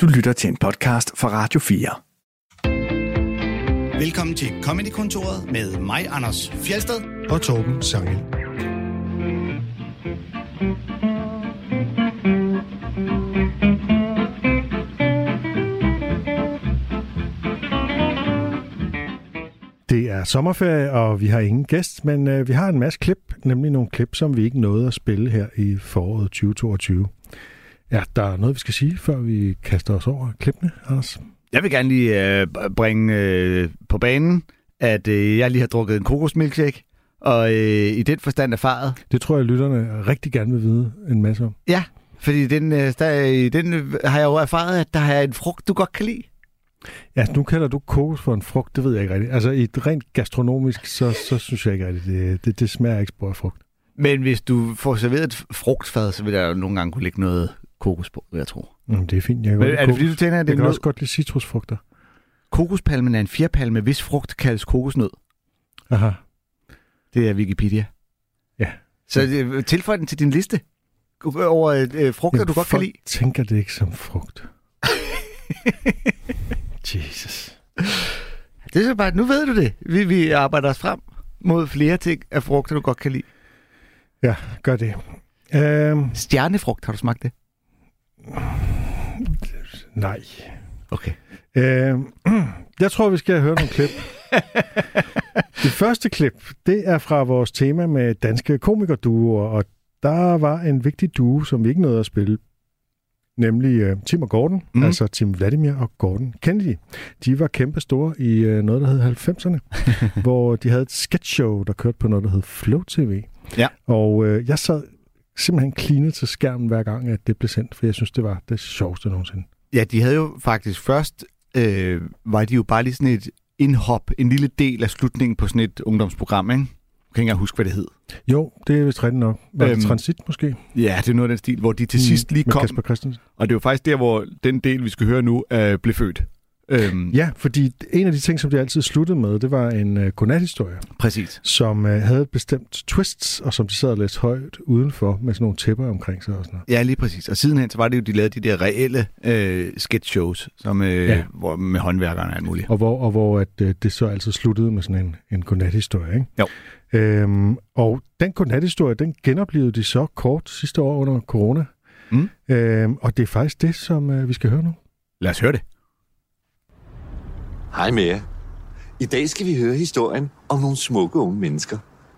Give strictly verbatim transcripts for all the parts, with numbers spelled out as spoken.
Du lytter til en podcast fra Radio fire. Velkommen til Comedy-kontoret med mig, Anders Fjeldsted og Torben Sangel. Det er sommerferie, og vi har ingen gæst, men øh, vi har en masse klip, nemlig nogle klip, som vi ikke nåede at spille her i foråret tyve toogtyve. Ja, der er noget, vi skal sige, før vi kaster os over klippene, Anders. Jeg vil gerne lige øh, bringe øh, på banen, at øh, jeg lige har drukket en kokosmilkshake, og øh, i den forstand erfaret. Det tror jeg, lytterne rigtig gerne vil vide en masse om. Ja, fordi den, øh, der, den øh, har jeg jo erfaret, at der er en frugt, du godt kan lide. Ja, nu kalder du kokos for en frugt, det ved jeg ikke rigtigt. Altså, i et rent gastronomisk, så, så synes jeg ikke rigtigt, det, det, det smager ikke spor af frugt. Men hvis du får serveret et frugtfad, så vil der jo nogle gange kunne lægge noget kokos på, vil jeg tro. Mm, det er fint. Jeg Men er det fordi, du tænker, at det jeg kan nød? også godt lide citrusfrugter. Kokospalmen er en fjerpalme, hvis frugt kaldes kokosnød. Aha. Det er Wikipedia. Ja. Så øh, tilføj den til din liste over øh, frugter, Jamen, du godt kan lide. Tænker det ikke som frugt. Jesus. Det er så bare, nu ved du det. Vi, vi arbejder os frem mod flere ting af frugter, du godt kan lide. Ja, gør det. Øhm, Stjernefrugt, har du smagt det? nej. Okay. Øhm, jeg tror, vi skal høre nogle klip. Det første klip, det er fra vores tema med danske komikerduoer, og der var en vigtig duo, som vi ikke nåede at spille. Nemlig uh, Tim og Gordon, mm. altså Tim Vladimir og Gordon Kennedy. De var kæmpe store i uh, noget, der hed halvfemserne, hvor de havde et sketchshow, der kørte på noget, der hed Flow T V. Ja. Og uh, jeg sad simpelthen klinet til skærmen hver gang, at det blev sendt, for jeg synes, det var det sjoveste nogensinde. Ja, de havde jo faktisk først, øh, var de jo bare lige sådan et indhop, en lille del af slutningen på sådan et ungdomsprogram, ikke? Jeg kan ikke engang huske, hvad det hed. Jo, det er vist rigtigt nok. Var det øhm, Transit måske? Ja, det er noget af den stil, hvor de til mm, sidst lige med kom. Kasper Christensen. Og det er jo faktisk der, hvor den del, vi skal høre nu, øh, blev født. Øhm, Ja, fordi en af de ting, som de altid sluttede med, det var en uh, godnathistorie. Præcis. Som uh, havde et bestemt twists, og som de sad og læste højt udenfor, med sådan nogle tæpper omkring sig og sådan noget. Ja, lige præcis. Og sidenhen, så var det jo, de lavede de der reelle øh, sketch-shows, som, øh, ja. hvor, med håndværkerne og alt muligt. Og hvor, og hvor at, uh, det så altid sluttede med sådan en, en godnathistorie, ikke? Jo. Øhm, og den godnathistorie, den genoplevede de så kort sidste år under corona. Mm. Øhm, og det er faktisk det, som uh, vi skal høre nu. Lad os høre det. Hej med jer. I dag skal vi høre historien om nogle smukke unge mennesker.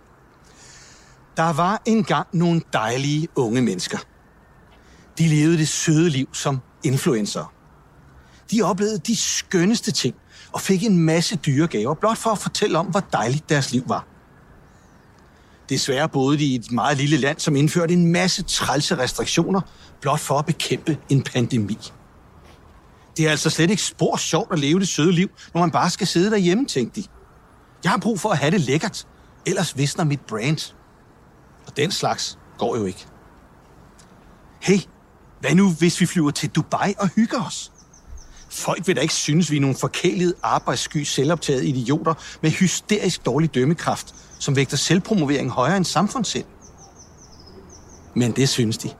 Der var engang nogle dejlige unge mennesker. De levede det søde liv som influencer. De oplevede de skønneste ting og fik en masse dyre gaver, blot for at fortælle om, hvor dejligt deres liv var. Desværre boede de i et meget lille land, som indførte en masse trælse restriktioner, blot for at bekæmpe en pandemi. Det er altså slet ikke spor sjovt at leve det søde liv, når man bare skal sidde derhjemme, tænkte de. Jeg har brug for at have det lækkert, ellers visner mit brand. Og den slags går jo ikke. Hey, hvad nu hvis vi flyver til Dubai og hygger os? Folk vil da ikke synes, vi er nogle forkælede, arbejdssky, selvoptagede idioter med hysterisk dårlig dømmekraft, som vægter selvpromovering højere end samfundssind. Men det synes de.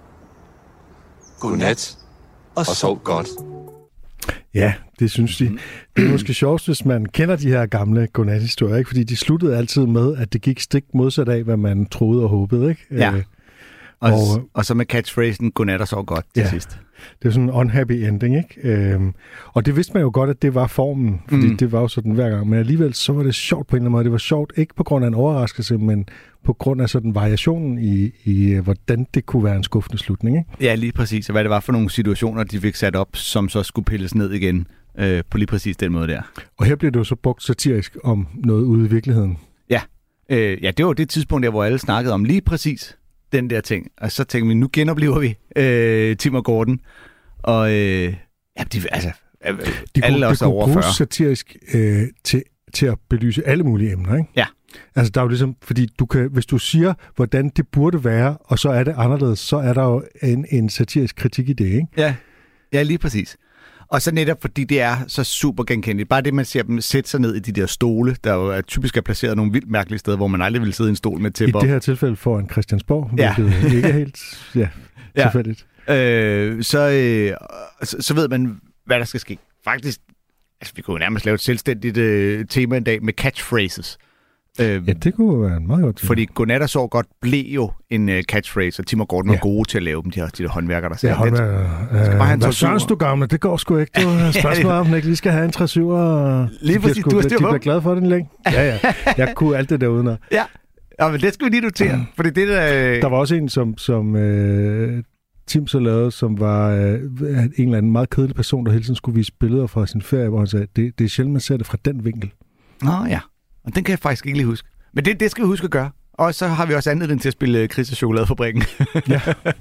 Godnat, og, og sov godt. Ja, det synes de. Det er måske sjovt, hvis man kender de her gamle godnathistorier, ikke? Fordi de sluttede altid med, at det gik stik modsat af, hvad man troede og håbede, ikke? Ja. Øh, Og, og, og, og så med catchphrasen, godnat og sov godt til ja, sidst. Det er sådan en unhappy ending, ikke? Øhm, og det vidste man jo godt, at det var formen, fordi mm. det var jo sådan hver gang. Men alligevel så var det sjovt på en eller anden måde. Det var sjovt ikke på grund af en overraskelse, men på grund af sådan variationen i, i hvordan det kunne være en skuffende slutning, ikke? Ja, lige præcis. Og hvad det var for nogle situationer, de fik sat op, som så skulle pilles ned igen øh, på lige præcis den måde der. Og her blev det jo så brugt satirisk om noget ude i virkeligheden. Ja, øh, ja det var det tidspunkt der, hvor alle snakkede om lige præcis den der ting. Og så tænkte vi, nu genoplever vi øh, Tim og Gordon. Og øh, ja, de, altså, øh, de alle kunne, også de over kunne fyrre. bruges satirisk øh, til, til at belyse alle mulige emner, ikke? Ja. Altså, der er jo ligesom, fordi du kan, hvis du siger, hvordan det burde være, og så er det anderledes, så er der jo en, en satirisk kritik i det, ikke? Ja, ja, lige præcis. Og så netop fordi det er så super genkendeligt. Bare det, man ser dem sætte sig ned i de der stole, der jo er typisk er placeret nogle vildt mærkelige steder, hvor man aldrig ville sidde i en stol med tæpper. I det her tilfælde foran Christiansborg, ja. hvilket ikke er helt ja, tilfældigt. Ja. Øh, så, øh, så, så ved man, hvad der skal ske. Faktisk, altså vi kunne jo nærmest lave et selvstændigt øh, tema en dag med catchphrases. Øh, ja, det kunne være en meget godt tema. Fordi Godnat og Sov Godt blev jo en øh, catchphrase, og Tim og Gordon var ja. gode til at lave dem, de her, de der håndværkere, der sagde. Ja, håndværkere. Øh, hvad søren du gamle? Det går sgu ikke. Du har spørgsmål om, at lige skal have en tre syv, og lige præcis, sgu, du har de bliver glade for den længe. Ja, ja. Jeg kunne alt det der uden at... Ja. Ja, men det skal vi lige notere, mm. fordi det der... Der var også en, som, som øh, Tim så lavede, som var øh, en eller anden meget kedelig person, der hele tiden skulle vise billeder fra sin ferie, hvor han sagde, det, det er sjældent, man ser det fra den vinkel. Nå ja, og den kan jeg faktisk ikke lige huske. Men det, det skal vi huske at gøre. Og så har vi også anledning til at spille Chris og Chokoladefabrikken. Ja.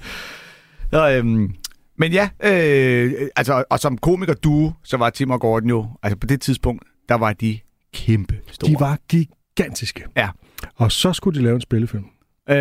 så, øhm, men ja, øh, altså, og som komiker-duo, så var Tim og Gordon jo, altså på det tidspunkt, der var de kæmpe store. De var gigantiske. Ja. Og så skulle de lave en spillefilm. Øh,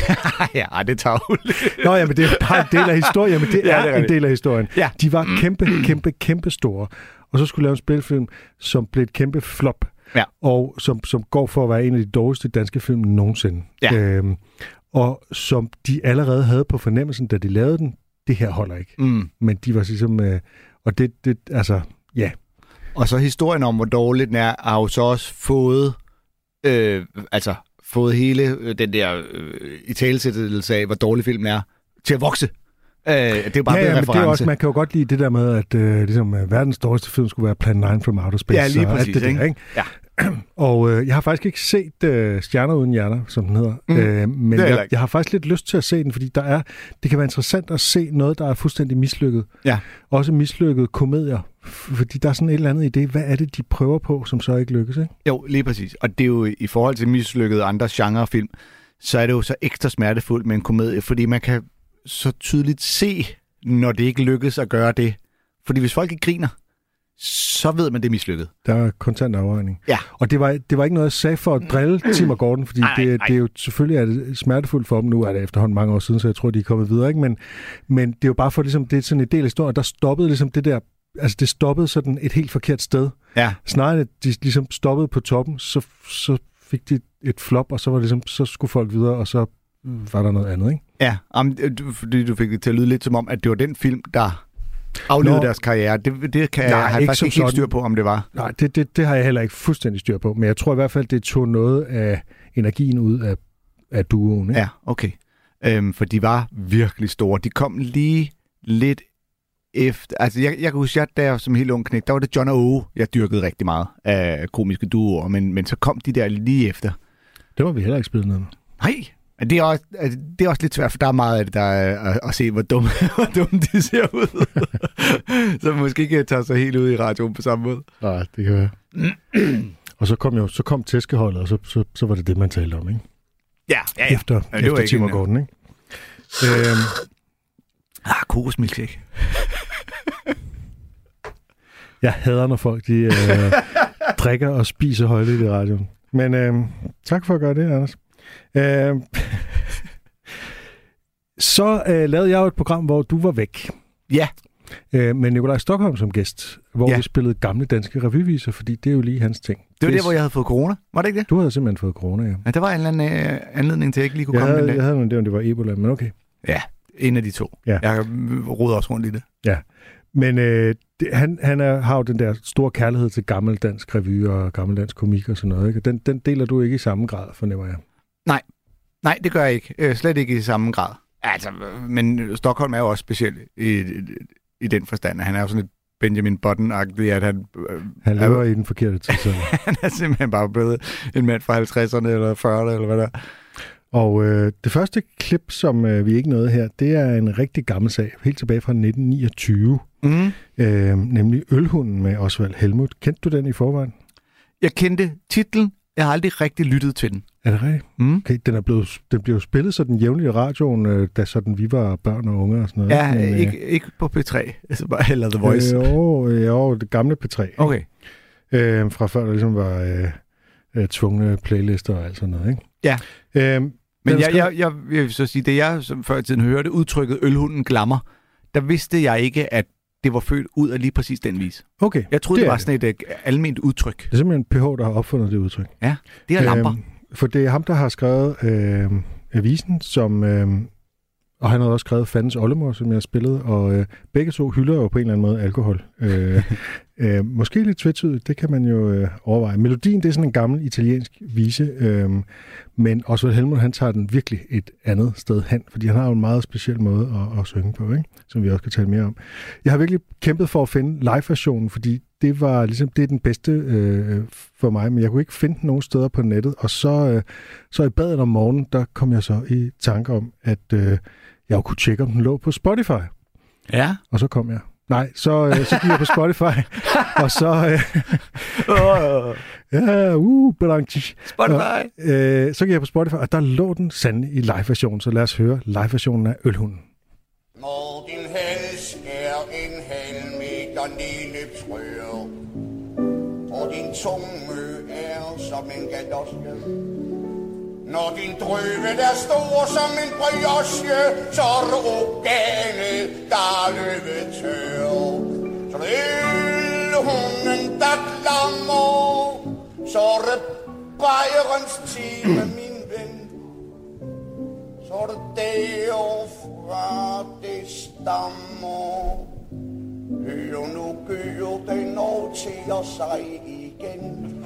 ja, det tager jo Nå ja, men det er bare en del af historien. Men det ja, er, det er en del af historien. Ja. De var kæmpe, kæmpe, kæmpe store. Og så skulle lave en spillefilm, som blev et kæmpe flop. Ja. Og som, som går for at være en af de dårligste danske film nogensinde. Ja. Øhm, og som de allerede havde på fornemmelsen, da de lavede den, det her holder ikke. Mm. Men de var ligesom... Øh, og det, det, altså, ja. Og så historien om, hvor dårligt den er, har jo så også fået... Øh, altså... fået hele den der øh, italesættelse af, hvor dårlig filmen er, til at vokse. Øh, det er jo bare ja, ja, en men reference. Det er også, man kan jo godt lide det der med, at øh, ligesom, øh, verdens dårligste film skulle være Plan nine from Outer Space. Ja, lige præcis. Det der, ikke? Ja. Og øh, jeg har faktisk ikke set øh, Stjerner uden hjerner, som den hedder. Mm. Øh, men jeg, jeg har faktisk lidt lyst til at se den, fordi der er, det kan være interessant at se noget, der er fuldstændig mislykket. Ja. Også mislykkede komedier. Fordi der er sådan et eller andet idé. Hvad er det, de prøver på, som så ikke lykkes, ikke? Jo, lige præcis. Og det er jo i forhold til mislykkede andre genrefilm, så er det jo så ekstra smertefuldt med en komedie, fordi man kan så tydeligt se, når det ikke lykkes at gøre det. Fordi hvis folk ikke griner, så ved man, det er mislykket. Der er kontant afregning. Ja. Og det var, det var ikke noget, jeg sagde for at drille Tim og Gordon, fordi nej, nej, det, nej. det er jo selvfølgelig er det smertefuldt for dem. Nu er det efterhånden mange år siden, så jeg tror, de er kommet videre. Ikke? Men, men det er jo bare for, ligesom, det er sådan en del af historien, der stoppede ligesom det der, altså det stoppede sådan et helt forkert sted. Ja. Snarere at de ligesom stoppede på toppen, så, så fik de et flop, og så var det ligesom, så skulle folk videre, og så var der noget andet, ikke? Ja, fordi du fik det til at lyde lidt som om, at det var den film, der aflevede deres karriere. Det, det kan nej, jeg har ikke faktisk ikke helt styr på, om det var. Nej, det, det, det har jeg heller ikke fuldstændig styr på, men jeg tror i hvert fald, det tog noget af energien ud af, af duoen. Ikke? Ja, okay. Øhm, for de var virkelig store. De kom lige lidt efter... Altså, jeg, jeg kan huske, at der som helt ung knæk, der var det John og Åge, jeg dyrkede rigtig meget af komiske duoer, men, men så kom de der lige efter. Det var vi heller ikke spillet noget med. Nej, det er, også, altså, det er også lidt svært, for der er meget af det, der er at, at se, hvor dumme, hvor dumme de ser ud. Så man måske ikke tager sig helt ud i radioen på samme måde. Nej, det kan være. Og så kom jo så kom tæskeholdet, og så, så, så var det det, man talte om, ikke? Ja, ja, ja. Efter, ja, efter Tim og Gordon, ikke? Øhm, ah, kokosmilkshake. Jeg hader, når folk de, øh, drikker og spiser højlydt i radioen. Men øh, tak for at gøre det, Anders. Øh, så øh, lavede jeg jo et program, hvor du var væk. Ja. Øh, med Nikolaj Stokholm som gæst, hvor ja. vi spillede gamle danske revyviser, fordi det er jo lige hans ting. Det var det, der, hvor jeg havde fået corona. Var det ikke det? Du havde simpelthen fået corona, ja. Ja, der var en eller anden øh, anledning til, at jeg ikke lige kunne jeg komme havde, den dag. Jeg havde nogle idé, om det var Ebola, men okay. Ja, en af de to. Ja. Jeg roder også rundt i det. Ja, men øh, det, han, han er, har jo den der store kærlighed til gammeldansk revy og gammeldansk komik og sådan noget, ikke? Den, den deler du ikke i samme grad, fornemmer jeg. Nej, nej, det gør jeg ikke. Øh, slet ikke i samme grad. Altså, men Stockholm er jo også speciel i, i, i den forstand. Han er jo sådan et Benjamin Button-agtig, at han... Øh, han lever er, i den forkerte tid. Han er simpelthen bare blevet en mand fra halvtredserne eller fyrrerne, eller hvad der er. Og øh, det første klip, som øh, vi ikke nåede her, det er en rigtig gammel sag, helt tilbage fra nitten niogtyve. Mm. Øh, nemlig Ølhunden med Osvald Helmuth. Kendte du den i forvejen? Jeg kendte titlen. Jeg har aldrig rigtig lyttet til den. Er det rigtigt? Mm. Okay, den, er blevet, den blev jo spillet sådan jævnligt i radioen, øh, da sådan vi var børn og unge og sådan noget. Ja, men, øh, ikke, ikke på P tre, altså bare heller The Voice. Øh, jo, jo, det gamle P tre. Okay. Øh, fra før der ligesom var øh, øh, tvungne playlister og alt sådan noget, ikke? Ja. Øh, Men jeg, jeg, jeg, jeg vil så sige, det jeg som før i tiden hørte udtrykket Ølhunden glammer, der vidste jeg ikke, at det var født ud af lige præcis den vis. Okay. Jeg troede, det, det var det. sådan et uh, almindeligt udtryk. Det er simpelthen P H, der har opfundet det udtryk. Ja, det er lamper. Øh, for det er ham, der har skrevet øh, avisen, som øh, Og han havde også skrevet Fandens Oldemor, som jeg spillede, og øh, begge to hylder jo på en eller anden måde alkohol. Øh, øh, måske lidt tvetydigt, det kan man jo øh, overveje. Melodien, det er sådan en gammel italiensk vise, øh, men Osvald Helmuth, han tager den virkelig et andet sted hen, fordi han har jo en meget speciel måde at, at synge på, ikke? Som vi også kan tale mere om. Jeg har virkelig kæmpet for at finde live-versionen, fordi det var ligesom, det er den bedste øh, for mig, men jeg kunne ikke finde den nogen steder på nettet, og så, øh, så i badet om morgenen, der kom jeg så i tanke om, at øh, jeg kunne tjekke, om den lå på Spotify. Ja. Og så kom jeg. Nej, så, øh, så gik jeg på Spotify, og så... Øh, ja, uh, Blanchi. Spotify. Og, øh, så gik jeg på Spotify, og der lå den sande i live-version, så lad os høre live-versionen af Ølhunden. Når din hals er en halv meter nedløbsrør, og din tunge er som en galosje. Når din drøve er stor som en brioche, så er det organet, der er løbet tør. Så er det ølhunden, der glammer, så er det Bayerens time, min ven. Så er det derfra, det stammer. Hør nu gør den når til at sig igen.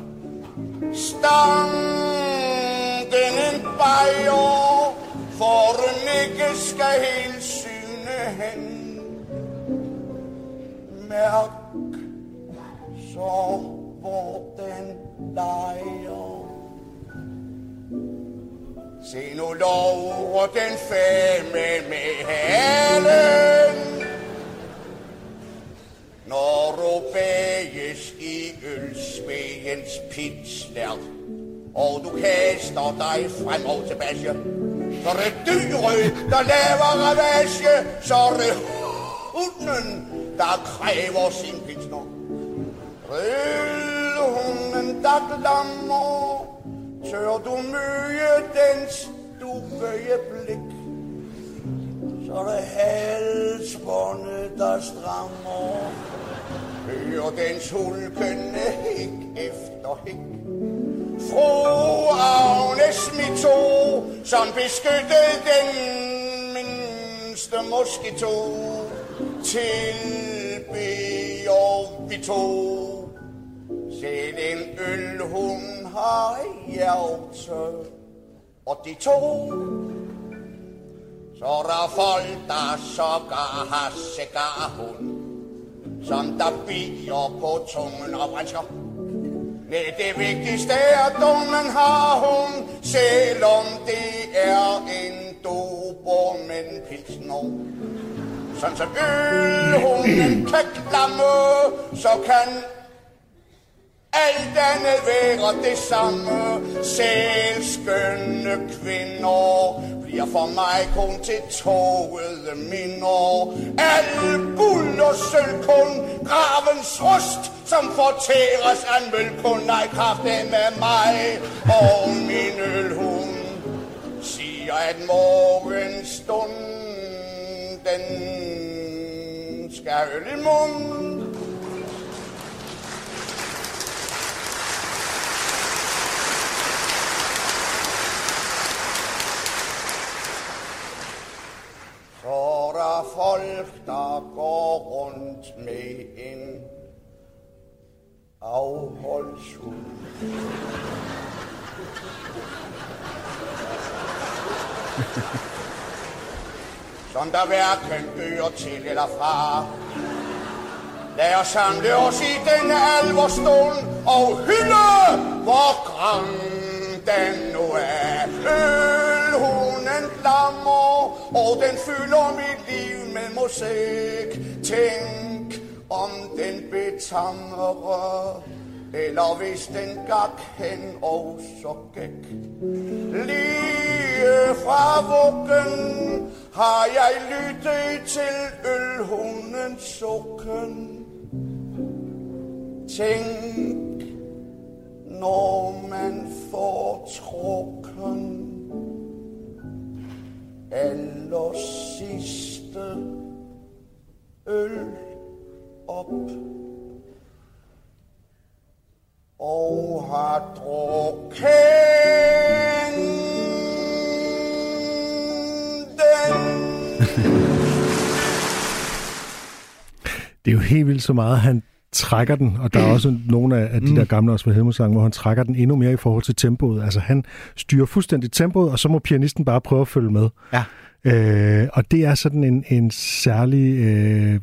Stanken en bajer, for den ikke skal helt syne hen. Mærk så, hvor den leger. Se nu lover den fame med halen. Når du bages i ølsvægens pitslær, og du kaster dig frem og tilbage, så er det dyret, der laver ravage, så er det hunden, der kræver sin pilsner. Ølhunden, der glammer, tør du møge dens dubøje blik, så er det halsbåndet, der strammer. Hør dens hulkende hik efter hik. Fru Agnes Mito, som beskyttede den mindste moskito, tilbeder vi to. Selv en ølhund har hjerte, og de to. Så er der folk, der sokker har cigarhund, som der bier på tungen og brænsker. Nej, det vigtigste er, at dummen har hun, selvom det er en dobermann pilsner. Sådan som ølhunden kan klamme, så kan alt andet være det samme. Selv skønne kvinder bliver for mig kun til tågede minder. Alle guld og sølv kun gravens rust, som fortæres af møl kun. Nej, kraften med mig og min ølhund siger, at morgenstunden den skal øl i munden. Så er der folk, der går rundt med en afholdshund. Som der hverken gør til eller fra. Lad os samle os i denne alvorstund og hylde, hvor græn den nu er. Ølhunden glammer, og den fylder mit liv med musik. Tænk om den betammer, eller hvis den gak hen og så gæk. Lige fra vuggen har jeg lyttet til ølhundens sukken. Tænk, når man får trukken aller sidste øl op og har drukket den Det er jo helt vildt så meget, han trækker den, og der er også nogle af, af de der gamle Osvald Helmuth-sange, hvor han trækker den endnu mere i forhold til tempoet. Altså han styrer fuldstændig tempoet, og så må pianisten bare prøve at følge med. Ja. Øh, og det er sådan en, en særlig øh, øh,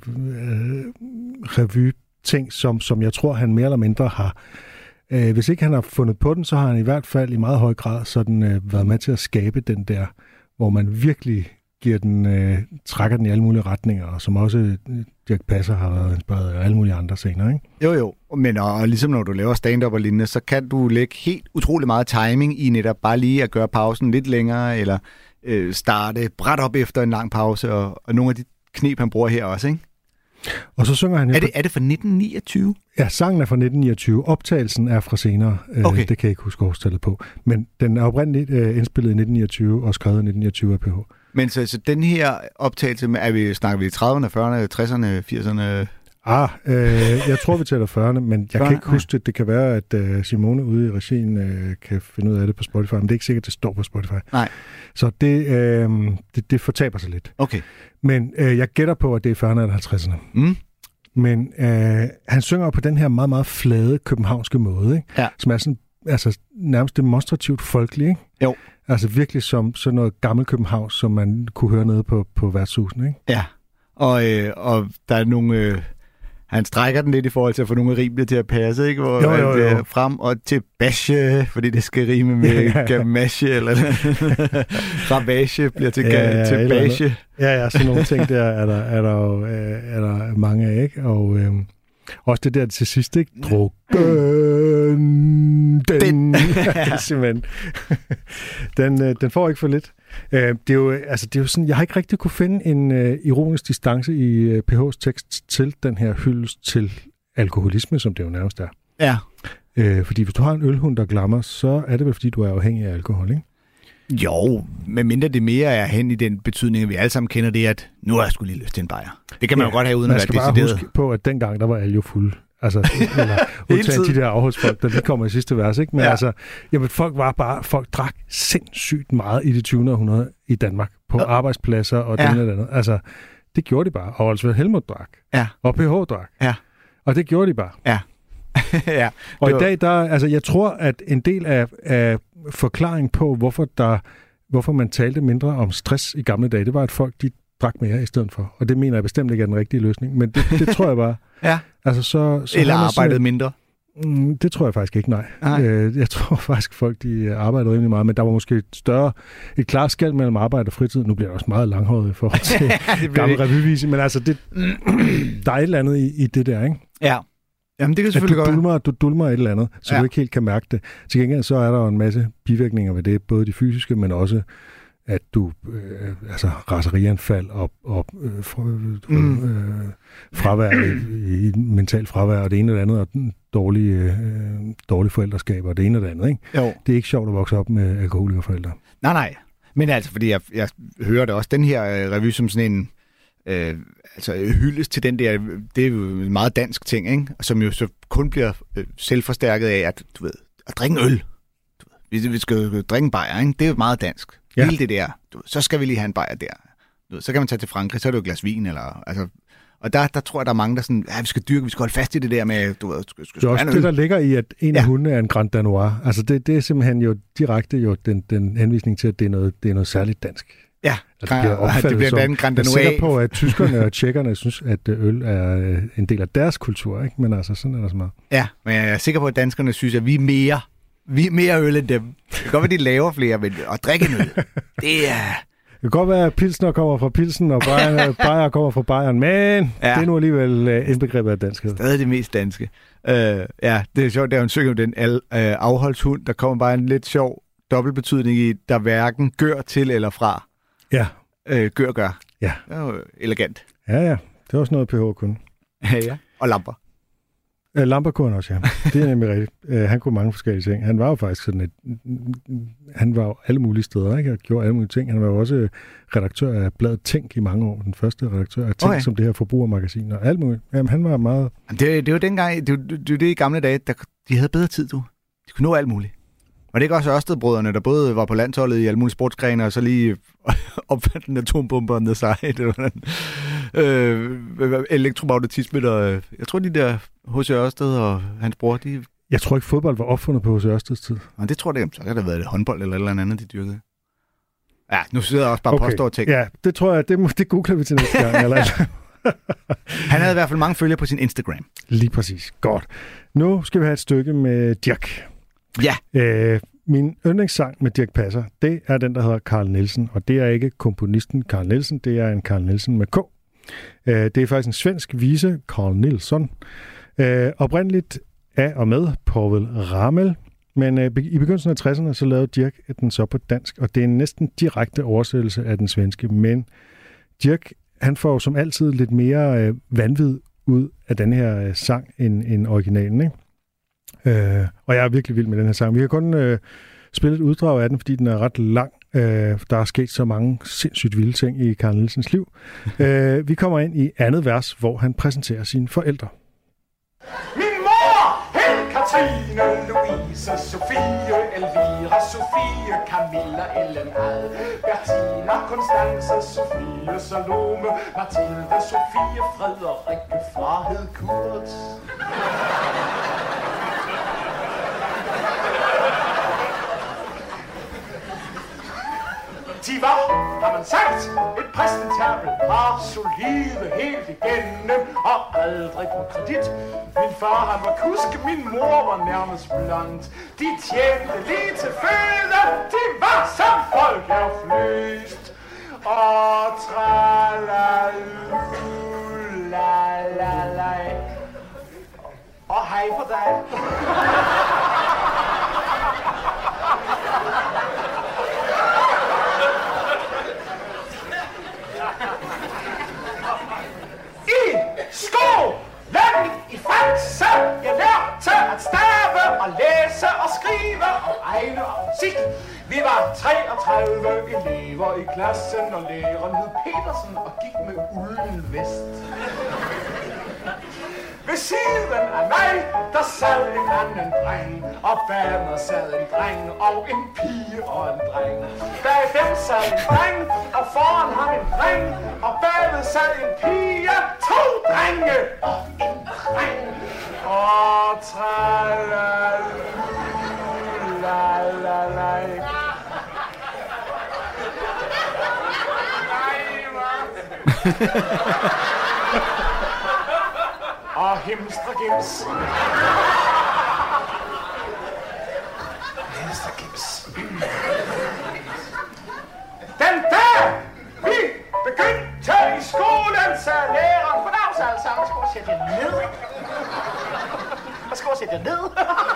revy-ting, som, som jeg tror, han mere eller mindre har. Øh, hvis ikke han har fundet på den, så har han i hvert fald i meget høj grad sådan, øh, været med til at skabe den der, hvor man virkelig giver den, øh, trækker den i alle mulige retninger, og som også øh, Dirch Passer har været inspireret af alle mulige andre scener, ikke? Jo, jo. Men og, og ligesom når du laver stand-up og lignende, så kan du lægge helt utrolig meget timing i netop bare lige at gøre pausen lidt længere, eller øh, starte bræt op efter en lang pause, og, og nogle af de knep, han bruger her også, ikke? Og så synger han... Er det, er det fra nitten niogtyve? Ja, sangen er fra nitten niogtyve. Optagelsen er fra senere. Okay. Det kan jeg ikke huske årstallet på. Men den er oprindeligt øh, indspillet i nitten niogtyve og skrevet i nitten niogtyve af P H. Men så, så den her optagelse, er vi, snakker vi i trediverne, fyrrerne, tresserne, firserne? Ah, øh, jeg tror, vi tæller fyrrerne, men jeg fyrrerne? kan ikke huske det. Det kan være, at øh, Simone ude i regien øh, kan finde ud af det på Spotify, men det er ikke sikkert, at det står på Spotify. Nej. Så det, øh, det, det fortaber sig lidt. Okay. Men øh, jeg gætter på, at det er fyrrerne eller halvtredserne. Mm. Men øh, han synger på den her meget, meget flade københavnske måde, ikke? Ja. Som er sådan, altså, nærmest demonstrativt folkelig, ikke? Jo. Altså virkelig som sådan noget gammel København, som man kunne høre nede på, på værtshusen, ikke? Ja, og, øh, og der er nogle... Øh, han strækker den lidt i forhold til at få nogle rimler til at passe, ikke? Hvor jo, jo, jo. Han frem og tilbage, fordi det skal rime med gamasje, eller ravage bliver til ja, ja, tilbage. Ja, ja, sådan nogle ting der er der, er der, jo, er der mange af, ikke? Og øh, også det der til sidst, ikke? Drukken den. Simpelthen. den, øh, den får ikke for lidt. Øh, det er jo, altså, det er jo sådan, jeg har ikke rigtig kunne finde en øh, ironisk distance i øh, P H's tekst til den her hyldest til alkoholisme, som det jo nærmest er. Ja. Øh, fordi hvis du har en ølhund, der glammer, så er det vel, fordi du er afhængig af alkohol, ikke? Jo, medmindre det mere er hen i den betydning, at vi alle sammen kender det, at nu har jeg sgu lige lyst til en bajer. Det kan man ja, jo godt have, uden at være decideret. Man skal bare huske på, at dengang, der var alle jo fulde. Altså, eller udtaget de der afholdsfolk, der lige kommer i sidste vers, ikke? Men ja. altså, jamen, folk var bare, folk drak sindssygt meget i det tyvende århundrede i Danmark, på ja. arbejdspladser og ja. det eller andet. Altså, det gjorde de bare. Og Osvald Helmuth drak. Ja. Og P H drak. Ja. Og det gjorde de bare. Ja. ja. Og var... i dag, der, altså, jeg tror, at en del af, af forklaring på, hvorfor der, hvorfor man talte mindre om stress i gamle dage, det var, at folk, de drak mere i stedet for. Og det mener jeg bestemt ikke er den rigtige løsning. Men det, det tror jeg bare. Ja. Altså, så, så Eller arbejdede mindre? Mm, det tror jeg faktisk ikke, nej. nej. Øh, jeg tror faktisk, folk de arbejdede rimelig meget, men der var måske et større, et klart skel mellem arbejde og fritid. Nu bliver det også meget langhåret i forhold til gammel revyvise, men altså, det, der er et eller andet i, i det der, ikke? Ja. Jamen, det kan selvfølgelig du dulmer, godt. Du dulmer et eller andet, så ja. du ikke helt kan mærke det. Til gengæld så er der jo en masse bivirkninger ved det, både de fysiske, men også at du, øh, altså raserianfald og, og øh, fra, mm. øh, fravær, i, i mentalt fravær, og det ene eller andet, og dårlige, øh, dårlige forældreskab, og det ene eller andet, ikke? Jo. Det er ikke sjovt at vokse op med alkoholikerforældre. Nej, nej. Men altså, fordi jeg, jeg hører det også, den her øh, revy som sådan en, øh, altså hyldes til den der, det er jo en meget dansk ting, ikke? Som jo så kun bliver øh, selvforstærket af, at du ved, at drikke øl. Du ved, vi, vi skal jo drikke en bajer, ikke? Det er jo meget dansk. Ja. Hele det der, du ved, så skal vi lige have en bajer der. Du ved, så kan man tage til Frankrig, så er det jo et glas vin, eller, altså, og der, der tror jeg, der er mange, der sådan, ja, vi skal dyrke, vi skal holde fast i det der med, du ved, skal, skal, det er også det, der ligger i, at en af ja. hundene er en Grand Danois. Altså, det, det er simpelthen jo direkte jo den, den henvisning til, at det er noget, det er noget særligt dansk. Ja, altså, det bliver opfattet det bliver som, Grand Danois. Jeg er sikker på, at tyskerne og tjekkerne synes, at øl er en del af deres kultur, ikke? Men altså, sådan er der så meget. Ja, men jeg er sikker på, at danskerne synes, at vi er mere Vi er mere øl end dem. Det kan godt være, de laver flere, men at drikke en øl, det er... Det kan godt være, at Pilsner kommer fra Pilsen, og Bayer kommer fra Bayern, men ja. det er nu alligevel uh, indbegrebet af danskhed. Stadig det mest danske. Uh, ja, det er sjovt, der er en synger om den al, uh, afholdshund. Der kommer bare en lidt sjov dobbeltbetydning i, der hverken gør til eller fra. Ja. Uh, gør gør. Ja. Det er jo elegant. Ja, ja. Det er også noget, P H kunne. Ja, ja. Og lamper. Uh, lamper kunne han også, ja. Det er nemlig rigtigt. Uh, han kunne mange forskellige ting. Han var jo faktisk sådan et... Han var jo alle mulige steder, ikke? Og gjorde alle mulige ting. Han var jo også redaktør af bladet Tænk i mange år. Den første redaktør af Tænk, okay. som det her forbrugermagasin og alt muligt. Jamen, han var meget... Det, det var dengang... Det var det, det, det i gamle dage, der, de havde bedre tid, du. De kunne nå alt muligt. Og det er ikke også Ørsted-brødrene, der både var på landsholdet i alle mulige sportsgrene, og så lige opfandt en atombomber on the side. øh, elektromagnetisme. Og, jeg tror, de der H C Ørsted og hans bror, de... Jeg tror ikke, fodbold var opfundet på H C Ørsteds tid. Nå, det tror jeg, så kan det have været håndbold eller et eller andet, de dyrkede. Ja, nu sidder jeg også bare okay. på at stå og tænke. Ja, det tror jeg, det, det googler vi til næste gang. Eller? Han havde i hvert fald mange følgere på sin Instagram. Lige præcis. Godt. Nu skal vi have et stykke med Dirch. Ja. Øh, min yndlingssang med Dirch Passer, det er den, der hedder Carl Nielsen. Og det er ikke komponisten Carl Nielsen, det er en Carl Nielsen med K. Øh, det er faktisk en svensk vise, Carl Nilsson. Øh, oprindeligt af og med Povel Ramel. Men øh, i begyndelsen af tresserne, så lavede Dirch den så på dansk, og det er en næsten direkte oversættelse af den svenske. Men Dirch, han får som altid lidt mere øh, vanvid ud af den her øh, sang end, end originalen, ikke? Øh, og jeg er virkelig vild med den her sang. Vi har kun øh, spillet et uddrag af den, fordi den er ret lang. Øh, der er sket så mange sindssygt vilde ting i Carl Nielsens liv. øh, vi kommer ind i andet vers, hvor han præsenterer sine forældre. Katrine, Louise, Sofie, Elvira, Sofie, Camilla, Ellen, Ad, Bertina, Constance, Sofie, Salome, Mathilde, Sofie, Frederikke, Farhed, Kurt. De var, har man sagt, et præsentabelt par, solide helt igennem og aldrig på kredit. Min far, han var kusk, min mor var nærmest blandt. De tjente lige til føde, de var som folk er flest. Og tralalulalala. Og hej på dig. Skolen i Franse, jeg lærte at stave og læse og skrive og regne og musik. Vi var treogtredive elever i klassen, og læreren hed Petersen og gik med ulden vest. Ved siden af mig, der sad en anden dreng, og bag mig sad en dreng og en pige og en dreng. Bag dem sad en dreng, og foran ham en dreng, og bagved sad en pige, to drenge og en dreng. Og tralalulalala. Og himstregims. Himstregims. Den dag vi begyndte i skolen, sagde læreren, goddag så alle sammen, skal du sætte jer ned? Hvad skal du sætte jer ned?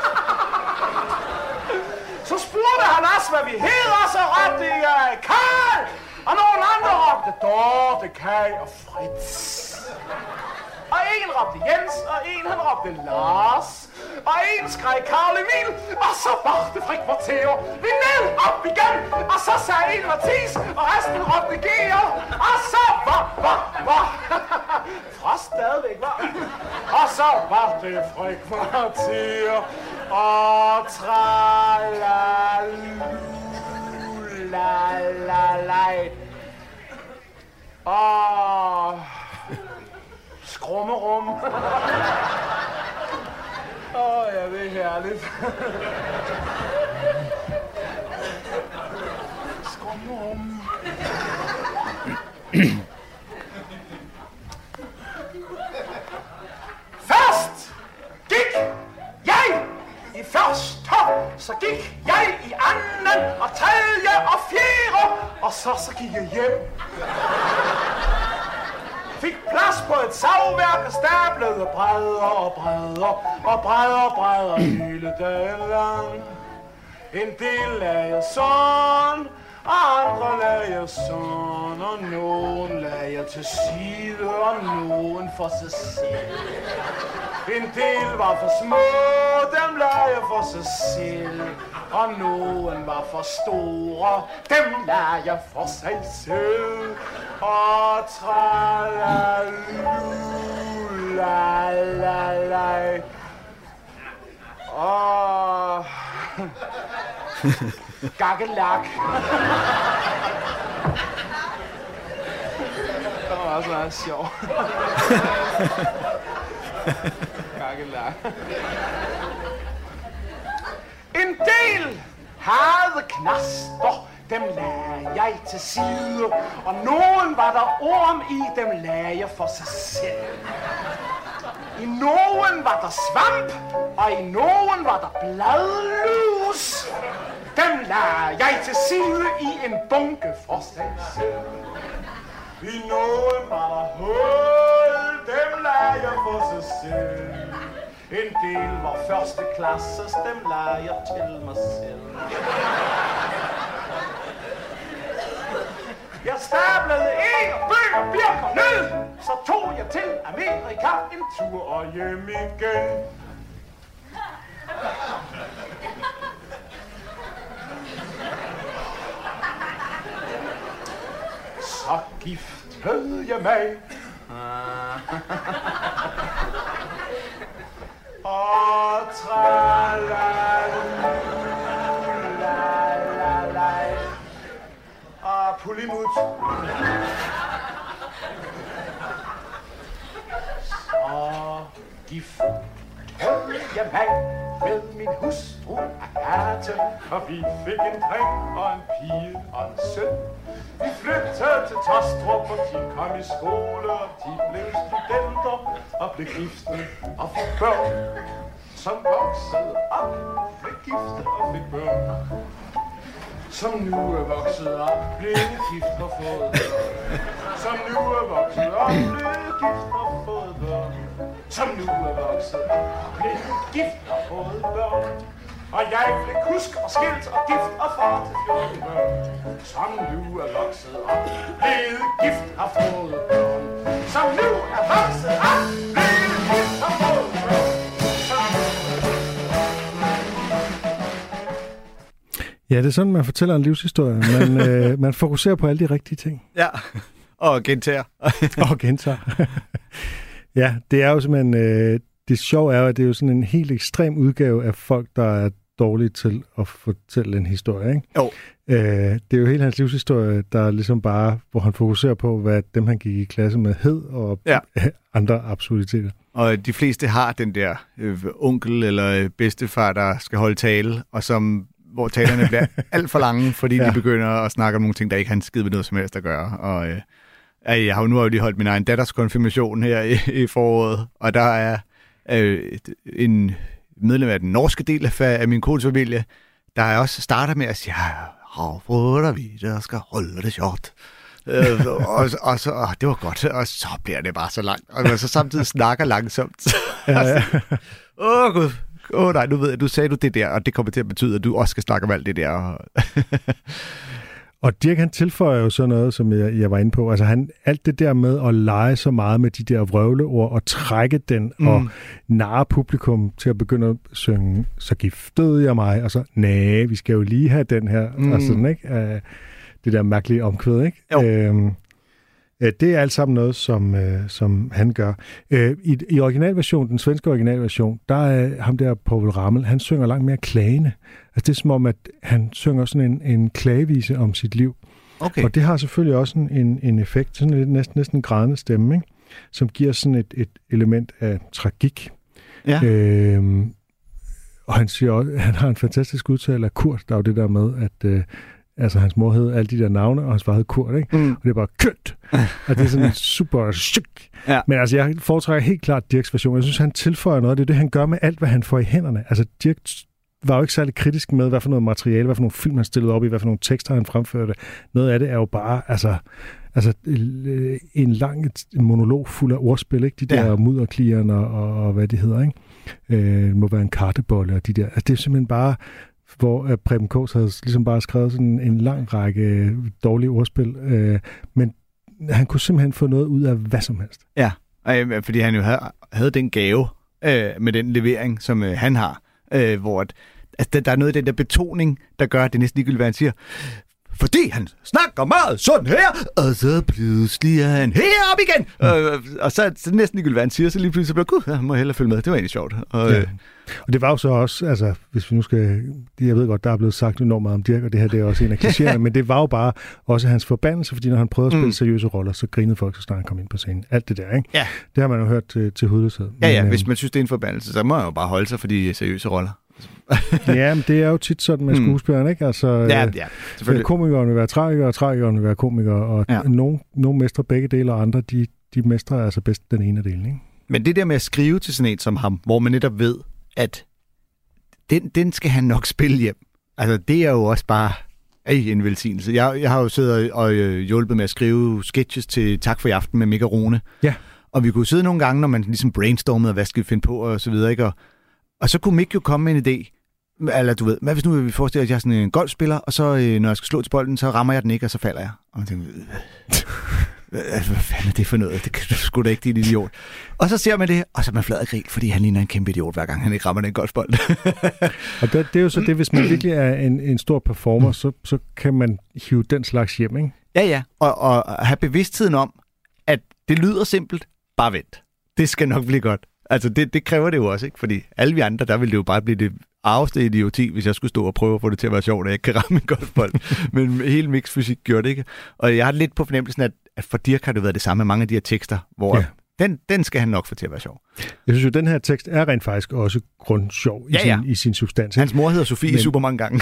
Så spurgte han os, hvad vi hedder, så råbte jeg Karl, og nogle andre råbte Dorte, Kaj og Fritz. Og en råbte Jens, og en han råbte Lars. Og en skreg Karl Emil, og så bagte Frik Matteo. Vi ned, op igen, og så sagde en Mathis, og resten råbte Georg. Og så var, var, var. Frost stadigvæk, var. Og så var det Frik Matteo. Og tralalulalala. Og skrummerum. Åh, oh, ja, det er herligt. Skrummerum. Først gik jeg i første, så gik jeg i anden og tredje og fjerde, og så, så gik jeg hjem. Fik plads på et savværk og stablede bredere og bredere og bredere og bredere hele dagen lang. En del lagde jeg sådan, og andre lagde jeg sådan, og nogen lagde jeg til side, og nogen for sig selv. En del var for små, dem lagde jeg for sig selv, og nogen var for store, dem lagde jeg for sig selv. Og tralalulalala. Og gakkelak. Åh, også meget sjov. Kakkelang. En del havde knaster, dem lagde jeg til side, og nogen var der orm i, dem lagde jeg for sig selv. I nogen var der svamp, og i nogen var der bladlus. Dem lagde jeg til side i en bunke for sig selv. I nogen var der hul, dem lagde jeg for sig selv. En del var første klasses, dem lagde jeg til mig selv. Jeg stablede æg og bøger, birk og nød. Så tog jeg til Amerika en tur og hjem igen. Så giftede jeg mig. Og tralala. Og pulimut. Så giftede jeg mig med min hustru Agathe, og vi fik en dreng og en pige og en søn. Vi flyttede til Tostrup, og de kom i skole, og de blev studenter og blev giftet og fik børn, som voksede op, blev giftet og fik børn. Som nu er vokset op, blevet gift og fået børn. Som nu er vokset op, blevet gift og fået børn. Som nu er vokset op, blevet gift og fået børn. Og jeg blev kusk og skilt og gift og far til fjorten børn. Som nu er vokset op, blevet gift og fået børn. Som nu er vokset op, blevet gift og fået børn. Ja, det er sådan, man fortæller en livshistorie. Man, øh, man fokuserer på alle de rigtige ting. Ja, og gentager. og gentager. Ja, det er jo simpelthen... Øh, det sjove er jo, at det er jo sådan en helt ekstrem udgave af folk, der er dårlige til at fortælle en historie, ikke? Jo. Øh, det er jo hele hans livshistorie, der er ligesom bare, hvor han fokuserer på, hvad dem, han gik i klasse med, hed, og ja. andre absurditeter. Og de fleste har den der øh, onkel eller bedstefar, der skal holde tale, og som... hvor talerne bliver alt for lange, fordi ja. de begynder at snakke om nogle ting, der ikke har en skid med noget som helst at gøre. Og øh, jeg har jo nu har jo lige holdt min egen datters konfirmation her i, i foråret, og der er øh, en medlem af den norske del af, af min kodes familie, der er også starter med at sige, havfrød og vi, der skal holde det sjovt. øh, og, og så, og det var godt, og så bliver det bare så langt. Og man så samtidig snakker langsomt. Åh, ja, ja. oh, gud. Åh oh, nej, nu ved jeg, du sagde du det der, og det kommer til at betyde, at du også skal snakke om alt det der. Og Dirch, han tilføjer jo sådan noget, som jeg, jeg var inde på. Altså han, alt det der med at lege så meget med de der vrøvleord, og trække den, mm. og narre publikum til at begynde at synge, så giftede jeg mig, og så, nej, vi skal jo lige have den her, mm. og sådan, ikke? Uh, det der mærkelige omkvæd, ikke? Jo. Uh, Det er alt sammen noget, som, øh, som han gør. Øh, i, I originalversion, den svenske originalversion, der er ham der Povel Ramel, han synger langt mere klagende. Altså det er som om, at han synger sådan en, en klagevise om sit liv. Okay. Og det har selvfølgelig også en, en effekt, sådan en næsten, næsten en grædende stemme, ikke? Som giver sådan et, et element af tragik. Ja. Øh, og han siger også, han har en fantastisk udtale af Kurt, der er jo det der med, at... Øh, altså, hans mor hed alle de der navne, og hans far hed Kurt, ikke? Mm. Og det er bare kødt. Og det er sådan super syk. Ja. Men altså, jeg foretrækker helt klart Dirchs version. Jeg synes, han tilføjer noget. Det er det, han gør med alt, hvad han får i hænderne. Altså, Dirch var jo ikke særlig kritisk med, hvad for noget materiale, hvad for nogle film han stillede op i, hvad for nogle tekster han fremførte. Noget af det er jo bare, altså, altså en lang monolog fuld af ordspil, ikke? De der ja. mudderklierne og, og hvad det hedder, ikke? Øh, det må være en kartebolle og de der. Altså, det er simpelthen bare... hvor Preben Kaas havde ligesom bare skrevet sådan en lang række dårlige ordspil, øh, men han kunne simpelthen få noget ud af hvad som helst. Ja, øh, fordi han jo havde, havde den gave øh, med den levering, som øh, han har, øh, hvor at, altså, der er noget af den der betoning, der gør, at det næsten ligegyldigt, hvad han siger. fordi han snakker meget sundt her, og så pludselig er han herop igen. Mm. Og, og så, så næsten ikke, hvad han siger, så lige pludselig så bliver gud, jeg må hellere følge med. Det var egentlig sjovt. Og, ja. Og det var jo så også, altså, hvis vi nu skal, jeg ved godt, der er blevet sagt enormt meget om Dirch, og det her det er også en af klichéerne, men det var jo bare også hans forbandelse, fordi når han prøvede at spille mm. seriøse roller, så grinede folk, så snart han kom ind på scenen. Alt det der, ikke? Ja. Det har man jo hørt til, til hudløshed. Ja, ja, men, hvis man synes, det er en forbandelse, så må jeg jo bare holde sig for de seriøse roller. Ja, men det er jo tit sådan med skuespilleren, ikke? Altså, ja, ja, selvfølgelig. Komikeren vil være tragiker, og tragikeren vil være komiker, og ja. nogen, nogen mestrer begge dele, og andre, de, de mestrer altså bedst den ene del, ikke? Men det der med at skrive til sådan en som ham, hvor man netop ved, at den, den skal han nok spille hjem. Altså, det er jo også bare ej, en velsignelse. Jeg, jeg har jo siddet og øh, hjulpet med at skrive sketches til Tak for i aften med Mick og Rune. Ja. Og vi kunne sidde nogle gange, når man ligesom brainstormede, hvad skal vi finde på, og så videre, ikke? Og, og så kunne Mick jo komme med en idé. Eller du ved, hvad hvis nu vi forestiller, at jeg er sådan en golfspiller, og så øh, når jeg skal slå til bolden, så rammer jeg den ikke, og så falder jeg. Og man tænker, hvad fanden er det for noget? Det kan sgu da ikke, din idiot. Og så ser man det, og så er man flad og gril, fordi han ligner en kæmpe idiot, hver gang han ikke rammer den golfbold. Og det, det er jo så det, hvis man virkelig er en, en stor performer, så, så kan man hive den slags hjem, ikke? Ja, ja. Og, og have bevidstheden om, at det lyder simpelt, bare vent. Det skal nok blive godt. Altså, det, det kræver det jo også, ikke? Fordi alle vi andre, der ville det jo bare blive det arveste idioti, hvis jeg skulle stå og prøve at få det til at være sjovt, at jeg ikke kan ramme en golfbold. Men hele mixfysik gjorde det ikke. Og jeg har lidt på fornemmelsen, at, at for Dirch har det været det samme med mange af de her tekster, hvor ja. den, den skal han nok få til at være sjov. Jeg synes jo, den her tekst er rent faktisk også grundsjov i, ja, ja. Sin, i sin substans. Hans mor hedder Sofie men... super mange gange.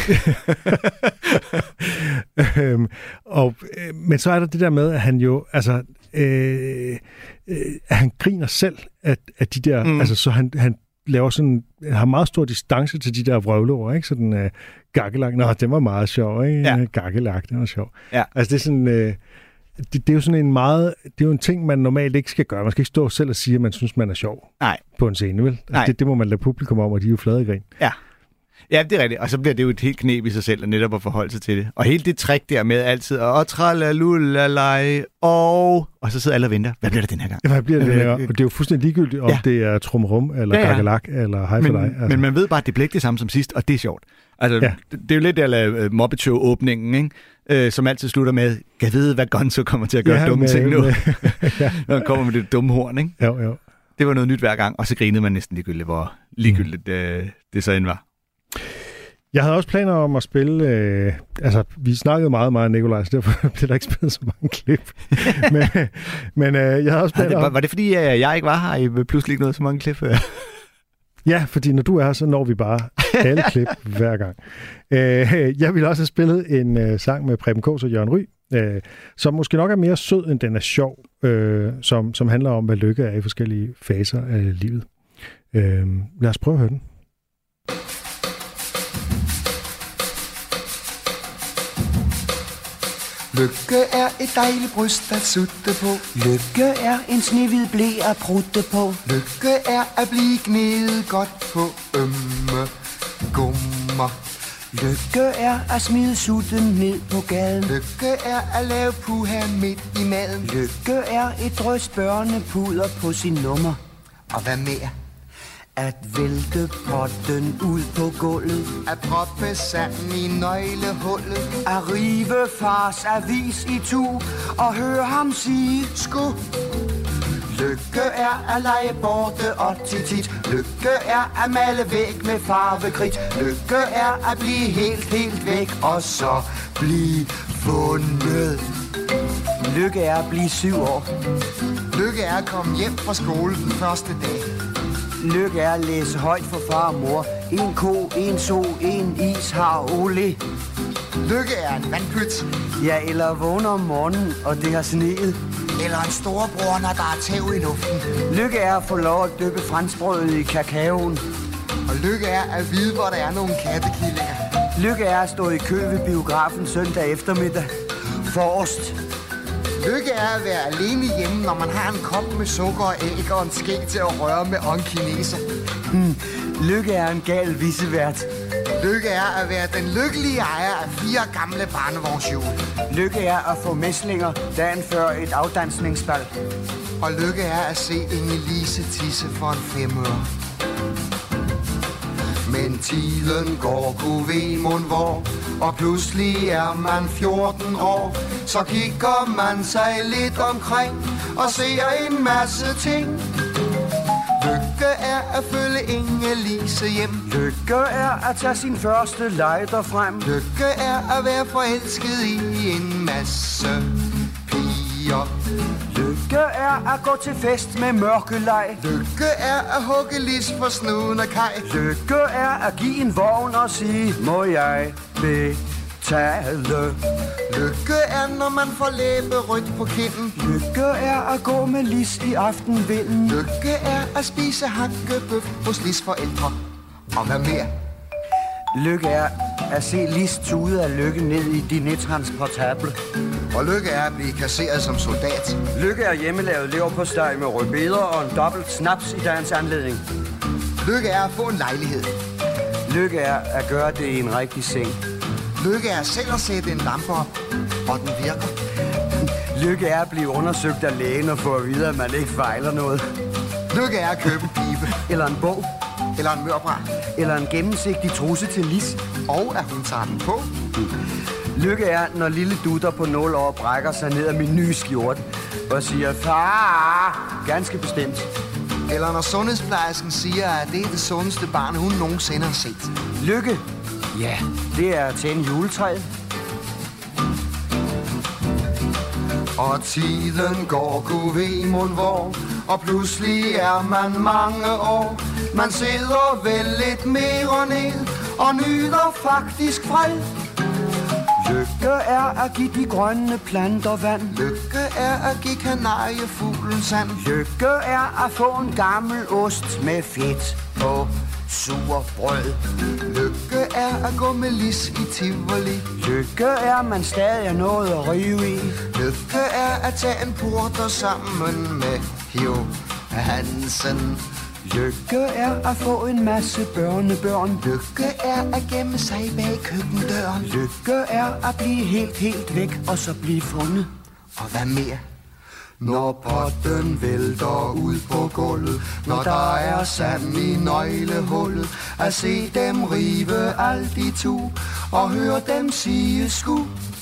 øhm, og, øh, men så er der det der med, at han jo, altså, øh, øh, at han griner selv af, af de der, mm. altså så han, han laver sådan, har meget stor distance til de der vrøvleord, ikke? Sådan uh, gakkelak. Nå, det var meget sjov, ikke? Ja. Gakkelak, det var sjov. Ja. Altså det er sådan, uh, det, det er jo sådan en meget, det er jo en ting, man normalt ikke skal gøre. Man skal ikke stå selv og sige, at man synes, man er sjov. Nej. På en scene, vel? Altså, det, det må man lade publikum om, og de er jo flade i grin. Ja. Ja, det er rigtigt. Og så bliver det jo et helt knep i sig selv, at netop at forholde sig til det. Og hele det trick der med altid, og tralalullalej, og... Og så sidder alle og venter. Hvad bliver det den her gang? Ja, hvad bliver det den her gang? Og det er jo fuldstændig ligegyldigt, om ja. det er trumrum, eller ja, ja. Gakkelak, eller hej for men, dig. Altså. Men man ved bare, at det bliver ikke det samme som sidst, og det er sjovt. Altså, ja. det, det er jo lidt der uh, Muppet Show-åbningen, ikke? Øh, som altid slutter med, kan vide, hvad Gonzo kommer til at gøre ja, dumme med, ting nu. ja. Når han kommer med det dumme horn, ikke? Jo, jo. Det var noget nyt hver gang, og så grinede man næsten ligegyldigt, hvor ligegyldigt mm. øh, det så end var. Jeg havde også planer om at spille... Øh, altså, vi snakkede meget, meget, Nikolaj, så derfor blev der ikke spillet så mange klip. men men øh, jeg havde også planer om... Var, var det fordi, øh, jeg ikke var her, I pludselig ikke nåede så mange klip? Ja, fordi når du er her, så når vi bare alle klip hver gang. Øh, jeg ville også have spillet en øh, sang med Preben Kaas og Jørgen Ryg, øh, som måske nok er mere sød, end den er sjov, øh, som, som handler om, hvad lykke er i forskellige faser af livet. Øh, lad os prøve at høre den. Lykke er et dejligt bryst at sutte på. Lykke er en snehvid ble at prutte på. Lykke er at blive gnedet godt på ømme gummer. Lykke er at smide sutten ned på gaden. Lykke er at lave puha midt i maden. Lykke er et drøs børnepuder på sin nummer. Og hvad mere? At vælte potten ud på gulvet. At proppe sanden i nøglehullet. At rive fars avis i tu og høre ham sige sku. Lykke er at lege borte og tit. Lykke er at male væk med farvekridt. Lykke er at blive helt, helt væk og så blive fundet. Lykke er at blive syv år. Lykke er at komme hjem fra skole den første dag. Lykke er at læse højt for far og mor. En ko, en so, en is har Ole. Lykke er en vandpyt. Ja, eller vågne om morgenen, og det har sneet. Eller en storebror, når der er tæv i luften. Lykke er at få lov at dyppe franskbrødet i kakaoen. Og lykke er at vide, hvor der er nogle kattekillinger. Lykke er at stå i kø ved biografen søndag eftermiddag. Forrest. Lykke er at være alene hjemme, når man har en kop med sukker og æg og en ske til at røre med onkineser. Hmm. Lykke er en gal visevært. Lykke er at være den lykkelige ejer af fire gamle barnevognshjul. Lykke er at få mæslinger dagen før et afdansningsbal. Og lykke er at se Inge-Lise tisse for en femøre. Men tiden går, kunne ved mon hvor, og pludselig er man fjorten år. Så kigger man sig lidt omkring og ser en masse ting. Lykke er at følge Inge-Lise hjem. Lykke er at tage sin første lighter frem. Lykke er at være forelsket i en masse piger. Lykke er at gå til fest med mørkeleg. Lykke er at hugge lis på snuden af kaj. Lykke er at give en vogn og sige, må jeg betale. Lykke er, når man får læberødt på kinden. Lykke er at gå med lis i aftenvinden. Lykke er at spise hakkebøf hos lis forældre. Og hvad mere? Lykke er at se lis tude af lykke ned i din netransportable. Og lykke er at blive kasseret som soldat. Lykke er hjemmelavet leverpostej med rødbeder og en dobbelt snaps i dagens anledning. Lykke er at få en lejlighed. Lykke er at gøre det i en rigtig seng. Lykke er selv at sætte en lampe op, og den virker. Lykke er at blive undersøgt af lægen og få at vide, at man ikke fejler noget. Lykke er at købe en pibe. Eller en bog. Eller en mørbrænd. Eller en gennemsigtig trusse til lis. Og at hun tager den på. Lykke er, når lille dutter på nul år brækker sig ned af min nye skjorte og siger, far, ganske bestemt. Eller når sundhedsplejersken siger, at det er det sundeste barn, hun nogensinde har set. Lykke, ja, det er at tænde juletræet. Og tiden går, gud ved mon hvor, og pludselig er man mange år. Man sidder vel lidt mere ned og nyder faktisk fred. Lykke er at give de grønne planter vand. Lykke er at give kanariefuglen sand. Lykke er at få en gammel ost med fedt på sur brød. Lykke er at gå med lis i Tivoli. Lykke er at man stadig er noget at rive i. Lykke er at tage en porter sammen med Hugh Hansen. Lykke er at få en masse børnebørn. Lykke er at gemme sig bag køkkendøren. Lykke er at blive helt, helt væk og så blive fundet. Og hvad mere? Når potten vælter ud på gulvet, når der er sand i nøglehullet, at se dem rive alt i tu og høre dem sige sku.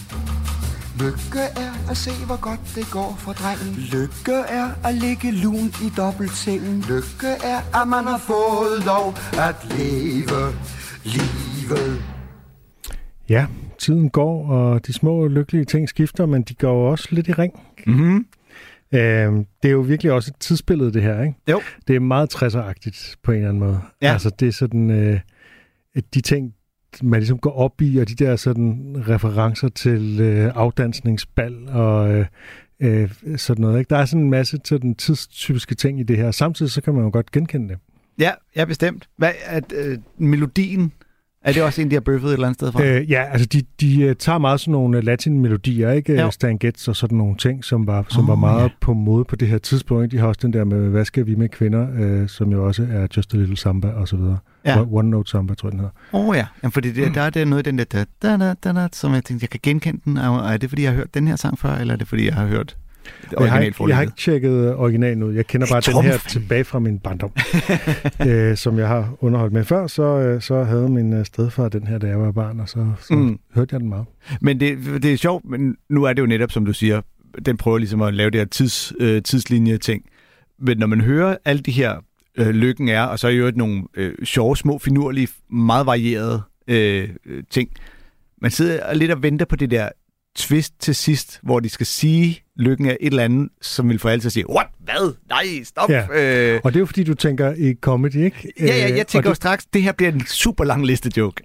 Lykke er at se, hvor godt det går for drengen. Lykke er at ligge lunt i dobbeltsengen. Lykke er, at man har fået lov at leve livet. Ja, tiden går, og de små lykkelige ting skifter, men de går også lidt i ring. Mm-hmm. Øhm, det er jo virkelig også et tidsbillede, det her, ikke? Jo. Det er meget tresser-agtigt på en eller anden måde. Ja. Altså, det er sådan, øh, de ting, man ligesom går op i, og de der sådan referencer til øh, afdansningsbal og øh, øh, sådan noget, ikke? Der er sådan en masse til den tidstypiske ting i det her. Samtidig så kan man jo godt genkende det. Ja, ja, bestemt. Hvad, at, øh, melodien, er det også en, de har bøffet et eller andet sted fra? Øh, ja, altså de, de tager meget sådan nogle latin-melodier, ikke? Jo. Stan Getz og sådan nogle ting, som var, som Oh, var meget ja. på mode på det her tidspunkt. De har også den der med, hvad skal vi med kvinder, øh, som jo også er Just a Little Samba og så videre. Ja. One Note Samba, tror jeg, den hedder. Åh oh, ja, Jamen, fordi det, der er det noget i den der, da, da, da, da, da, som jeg tænkte, jeg kan genkende den. Og er det, fordi jeg har hørt den her sang før, eller er det, fordi jeg har hørt Jeg har, ikke, jeg har ikke tjekket originalen ud. Jeg kender bare den her tilbage fra min barndom, øh, som jeg har underholdt med før. Så, øh, så havde min stedfar den her, da jeg var barn, og så, så mm. hørte jeg den meget. Men det, det er sjovt, men nu er det jo netop, som du siger, den prøver ligesom at lave det her tids, øh, tidslinje-ting. Men når man hører alle de her øh, lykken er, og så er jo nogle øh, sjove, små, finurlige, meget varierede øh, ting. Man sidder lidt og venter på det der twist til sidst, hvor de skal sige, lykken er et eller andet, som vil få alle til at sige, what? Hvad? Nej, stop! Ja. Øh, og det er jo fordi, du tænker i comedy, ikke? Ja, ja, jeg tænker jo det... straks, det her bliver en super lang liste joke.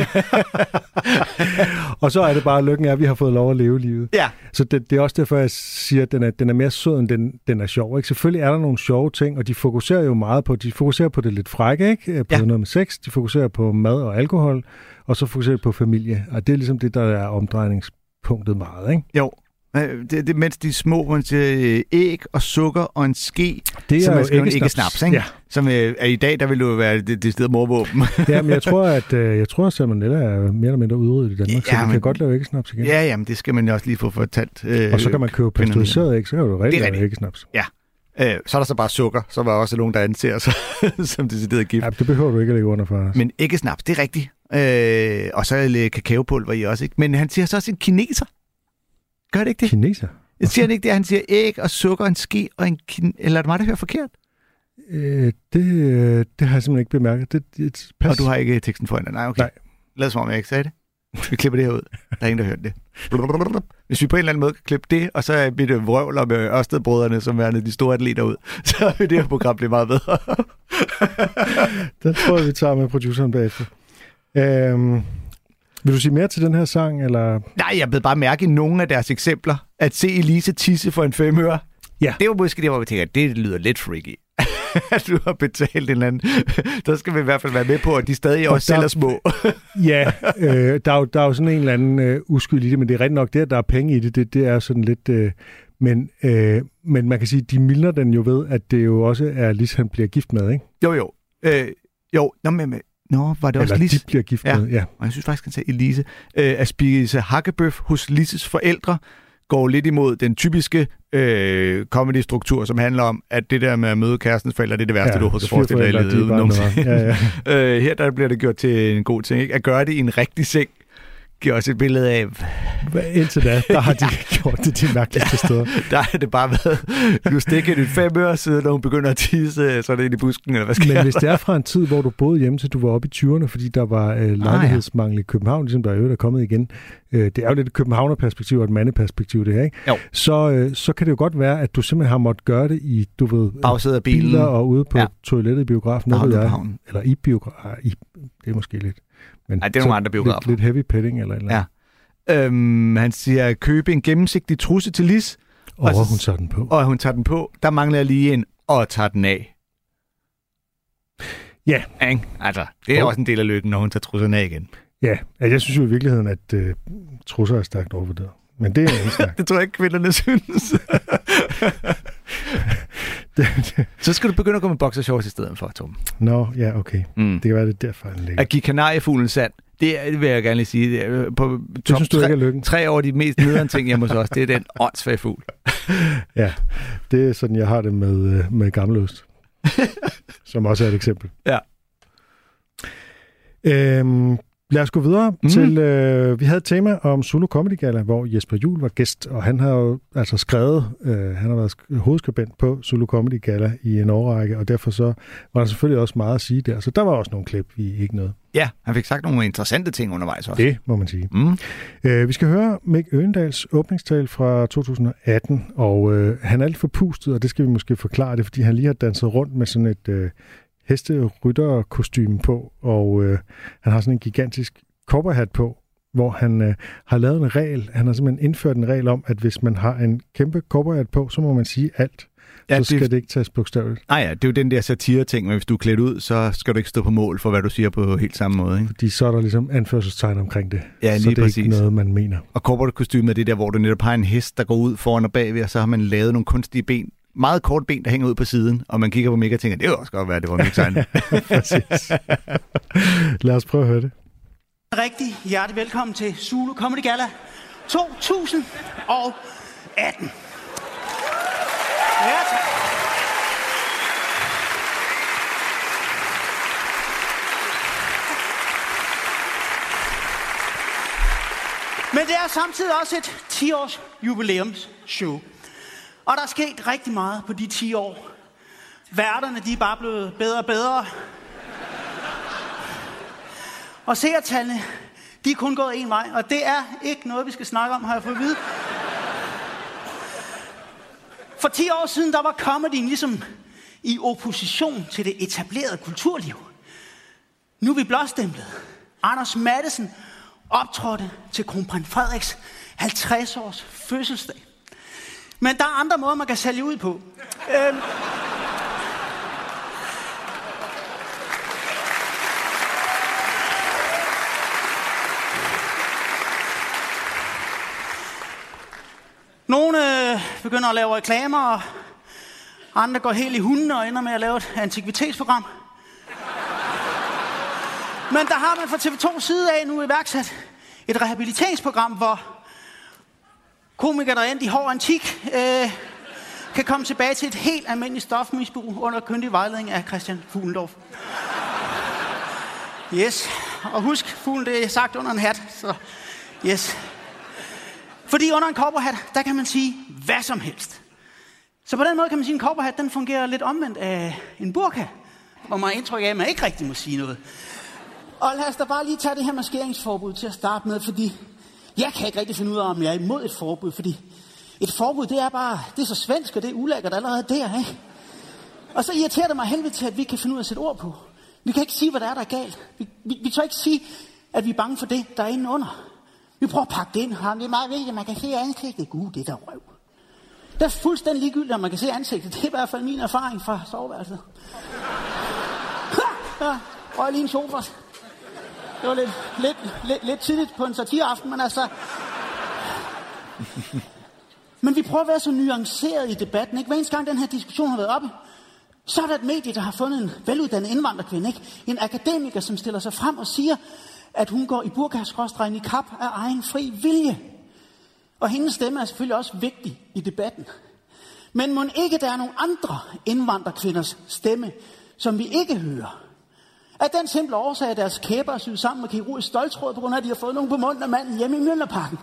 Og så er det bare, lykken er, at vi har fået lov at leve livet. Ja. Så det, det er også derfor, jeg siger, at den er, den er mere sød, end den, den er sjov. Ikke? Selvfølgelig er der nogle sjove ting, og de fokuserer jo meget på, de fokuserer på det lidt frække, ikke? På ja. noget med sex, de fokuserer på mad og alkohol, og så fokuserer de på familie. Og det er ligesom det, der er omdrejningspunktet meget, ikke? Jo. Det, det, mens de små, man siger, æg og sukker og en ske, det er som er jo ikke snaps, ikke? Ja. Som øh, er i dag, der vil jo være det, det sted morvåben. Ja, men jeg tror, at øh, jeg tror, at salmonella er mere eller mindre udryddet i Danmark, ja, så vi men... kan godt lave æggesnaps igen. Ja, jamen det skal man også lige få fortalt. Øh, og så kan man købe pasteuriseret æg, så kan du rigtig lave æggesnaps. Ja, Øh, så er der så bare sukker, så var også nogen, der anser sig som decideret gift. Ja, det behøver du ikke at lægge under for os. Men ikke snaps, det er rigtigt. Øh, og så er kakaopulver i også, ikke? Men han siger så også en kineser. Gør det ikke det? Kineser? Jeg siger han ikke det, han siger æg og sukker, en ske og en kin... Eller er det mig, der hører forkert? Øh, det, øh, det har jeg simpelthen ikke bemærket. Det, det, pas. Og du har ikke teksten foran dig? Nej, okay. Nej. Lad os som om, jeg ikke sagde det. Vi klipper det her ud. Der er ingen, der har hørt det. Hvis vi på en eller anden måde kan klippe det, og så er mit vrøvl om Ørstedbrødrene, som er de store atleter ud, så vil det her program blive meget bedre. Den tror jeg, vi tager med produceren bagefter. Øhm, vil du sige mere til den her sang, eller? Nej, jeg blev bare mærke i nogle af deres eksempler. At se Elise tisse for en femøre. Ja. Det var måske det, hvor vi tænker, det lyder lidt freaky. At du har betalt en eller anden. Der skal vi i hvert fald være med på, at de stadig også selv er små. Ja, øh, der, er jo, der er jo sådan en eller anden øh, uskyld i det, men det er rigtig nok det, at der er penge i det. Det, det er sådan lidt... Øh, men, øh, men man kan sige, de mildner den jo ved, at det jo også er Lis, han bliver gift med, ikke? Jo, jo. Øh, jo, nå, men... Nå, var det Eller også Lis? de bliver gift ja. med, ja. Og jeg synes faktisk, han sagde Elise. Øh, at spise hakkebøf hos Lises forældre går lidt imod den typiske øh, comedy-struktur, som handler om, at det der med at møde kærestens forældre, det er det værste, ja, du overhovedet kan forestille dig i livet. Ja, ja. øh, her der bliver det gjort til en god ting. Ikke? At gøre det i en rigtig seng, giver også et billede af... Indtil da, der har de ja. gjort det til mærkeligste ja, steder. Der har det bare været, du stikker dit fem øre siden, når hun begynder at tisse, så er det ind i busken, eller hvad skal Men jeg? hvis det er fra en tid, hvor du boede hjemme, til du var oppe i tyverne, fordi der var øh, lejlighedsmangel i København, ligesom der er jo der er kommet igen. Øh, det er jo lidt et københavnerperspektiv og et mandeperspektiv, det her, ikke? Jo. Så, øh, så kan det jo godt være, at du simpelthen har måttet gøre det i, du ved, bagsædet af bilen. Biler og ude på ja. toilettet i biografen. Eller i biografen. Det er måske lidt... Men Nej, det er nogle andre biografer. Lidt, lidt heavy petting eller eller ja. Øhm, han siger, købe en gennemsigtig trusse til Lis. Og, og hun tager den på. Og hun tager den på. Der mangler jeg lige en, og tager den af. Ja. Ikke? Altså, det er oh. også en del af lykken, når hun tager trusserne af igen. Ja, jeg synes jo i virkeligheden, at øh, trusser er stærkt overvurderet. Men det er en snak. Det tror jeg ikke, kvinderne synes. det, det. Så skal du begynde at gå med boxershorts i stedet for, Tom. Nå, ja, okay. Mm. Det kan være, det er derfor, han ligger. At give kanariefuglen sand, det, er, det vil jeg gerne lige sige. Det er på det top synes du tre, ikke er lykken? Tre over de mest nederen ting hjemme hos os, det er den åndssvage fugl. Ja, det er sådan, jeg har det med, med gammelost. Som også er et eksempel. Ja. Øhm, lad os gå videre mm. til, øh, vi havde et tema om Zulu Comedy Gala, hvor Jesper Juhl var gæst, og han har jo altså skrevet, øh, han har været hovedskribent på Zulu Comedy Gala i en årrække, og derfor så var der selvfølgelig også meget at sige der, så der var også nogle klip, vi ikke nåede. Ja, han fik sagt nogle interessante ting undervejs også. Det må man sige. Mm. Øh, vi skal høre Mick Øgendals åbningstale fra to tusind atten, og øh, han er lidt forpustet, og det skal vi måske forklare det, fordi han lige har danset rundt med sådan et øh, hesterytterkostyme på, og øh, han har sådan en gigantisk cowboyhat på, hvor han øh, har lavet en regel. Han har simpelthen indført en regel om, at hvis man har en kæmpe cowboyhat på, så må man sige alt. Ja, så skal det, det ikke tages bogstaveligt. Nej, ja, det er jo den der satire-ting, men hvis du er klædt ud, så skal du ikke stå på mål for, hvad du siger på helt samme måde. Ikke? Fordi så er der ligesom anførselstegn omkring det. Ja, lige så det er præcis. ikke noget, man mener. Og cowboykostymet er det der, hvor du netop har en hest, der går ud foran og bagved, og så har man lavet nogle kunstige ben, meget kort ben, der hænger ud på siden, og man kigger på Mick og tænker, det vil også godt være, det var Mick tegn. Præcis. Lad os prøve at høre det. Rigtig hjertelig velkommen til Zulu Comedy Gala to tusind atten. Ja, tak. Men det er samtidig også et ti-års jubilæumsshow. Og der er sket rigtig meget på de ti år. Værterne, de er bare blevet bedre og bedre. Og seertallene, de er kun gået en vej, og det er ikke noget, vi skal snakke om, har jeg fået at vide. For ti år siden, der var comedyen ligesom i opposition til det etablerede kulturliv. Nu er vi blåstemplet. Anders Matthesen optrådte til kronprins Frederiks halvtreds års fødselsdag. Men der er andre måder, man kan sælge ud på. Øhm. Nogle øh, begynder at lave reklamer, og andre går helt i hunden og ender med at lave et antikvitetsprogram. Men der har man fra T V to side af nu iværksat et rehabiliteringsprogram, hvor komikere, der er endt i hård antik, øh, kan komme tilbage til et helt almindeligt stofmisbrug under kyndig vejledning af Christian Fuglendorf. Yes. Og husk, fuglen, det er sagt under en hat, så yes. Fordi under en cowboyhat, der kan man sige hvad som helst. Så på den måde kan man sige, at en cowboyhat, den fungerer lidt omvendt af en burka, hvor man har indtryk af, at man ikke rigtig må sige noget. Og lad os da bare lige tage det her maskeringsforbud til at starte med, fordi jeg kan ikke rigtig finde ud af, om jeg er imod et forbud, fordi et forbud, det er bare, det er så svensk, og det er ulækkert allerede der, ikke? Og så irriterer det mig helvede til, at vi kan finde ud af at sætte ord på. Vi kan ikke sige, hvad der er, der er galt. Vi, vi, vi tør ikke sige, at vi er bange for det, der er inde under. Vi prøver at pakke det ind. Det er meget vigtigt, at man kan se ansigtet. Gud, det er der røv. Det er fuldstændig ligegyldigt, at man kan se ansigtet. Det er i hvert fald min erfaring fra soveværelset. Ja, røg lige en sofa. Det var lidt, lidt, lidt, lidt tidligt på en satireaften, men altså... Men vi prøver at være så nuanceret i debatten, ikke? Hver eneste gang den her diskussion har været oppe, så er der et medie, der har fundet en veluddannet indvandrerkvinde, ikke? En akademiker, som stiller sig frem og siger, at hun går i burka-skråstregen i kap af egen fri vilje. Og hendes stemme er selvfølgelig også vigtig i debatten. Men må ikke der er nogle andre indvandrerkvinders stemme, som vi ikke hører? Af den simple årsag, at deres kæber er syet sammen med kirurgisk stoltråd, på grund af, at de har fået nogen på munden af manden hjemme i Mjølnerparken.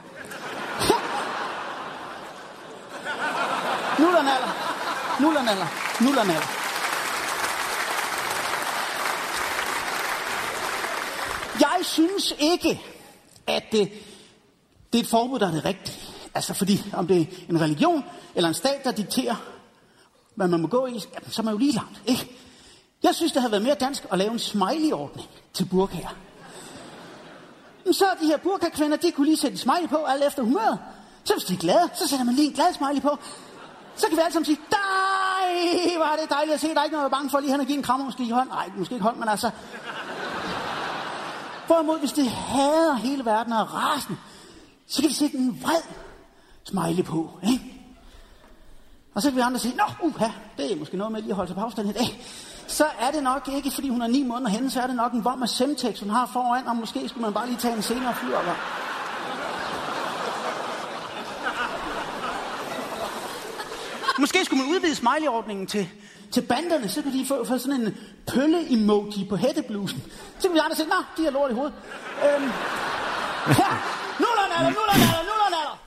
Nullernaller. Nullernaller. Nullernaller. Jeg synes ikke, at det, det er et forbud, der er det rigtige. Altså fordi, om det er en religion eller en stat, der dikterer, hvad man må gå i, jamen, så er man jo lige langt, ikke? Jeg synes, det havde været mere dansk at lave en smiley-ordning til burkaer. Så de her burkakvinder, de kunne lige sætte en smiley på, alt efter humøret. Så hvis de er glade, så sætter man lige en glad smiley på. Så kan vi alle sammen sige, nej, hvor er det dejligt at se, der er ikke noget, jeg er bange for lige hen og give en krammer, måske i hånd. Nej, måske ikke hånd, men altså... Hvorimod, hvis det hader hele verden og er rasende, så kan vi sætte en vred smiley på, ikke? Og så kan vi andre sige, nå, uha, det er måske noget med lige at holde sig på afstand i dag. Så er det nok ikke, fordi hun er ni måneder henne, så er det nok en vom af Semtex, hun har foran, og måske skulle man bare lige tage en senere fyr op. Måske skulle man udvide smiley-ordningen til, til banderne, så kan de få, få sådan en pølle-emoji på hætteblusen. Så kan vi andre sige, nå, de har lort i hovedet. Øhm, ja, nullernaller, nullernaller, nullernaller!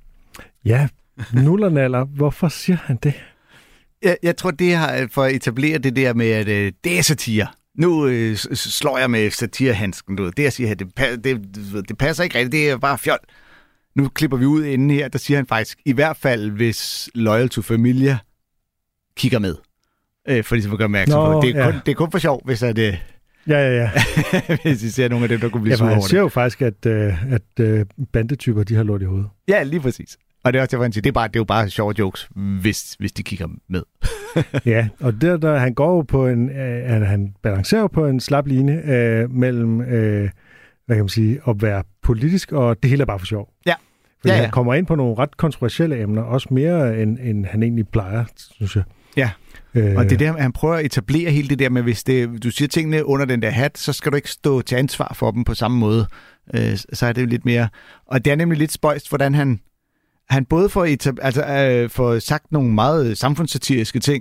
Ja, nullernaller. Hvorfor siger han det? Jeg, jeg tror, det har for at etablere det der med, at øh, det er satire. Nu øh, slår jeg med satirehandsken. Det jeg siger, det, det, det passer ikke rigtigt, det er bare fjol. Nu klipper vi ud inden her, der siger han faktisk, i hvert fald hvis Loyal to Familia kigger med. Øh, for ligesom at gøre opmærksom på. Det er, ja. kun, det er kun for sjov, hvis at, øh, ja, ja, ja. hvis I ser nogle af dem, der kunne blive ja, sure over det. Han siger jo faktisk, at, øh, at øh, bandetyper, de har lort i hovedet. Ja, lige præcis. Og det er også derfor, han siger, det er, bare, det er jo bare sjove jokes, hvis, hvis de kigger med. Ja, og der, der, han går jo på en, øh, han balancerer jo på en slap linje øh, mellem, øh, hvad kan man sige, at være politisk, og det hele er bare for sjov. Ja. Fordi ja, ja. han kommer ind på nogle ret kontroversielle emner, også mere end, end han egentlig plejer, synes jeg. Ja, øh, og det er der, han prøver at etablere hele det der med, hvis det, du siger tingene under den der hat, så skal du ikke stå til ansvar for dem på samme måde. Øh, så er det jo lidt mere... Og det er nemlig lidt spøjst, hvordan han, han både får, etab- altså, øh, får sagt nogle meget samfundssatiriske ting,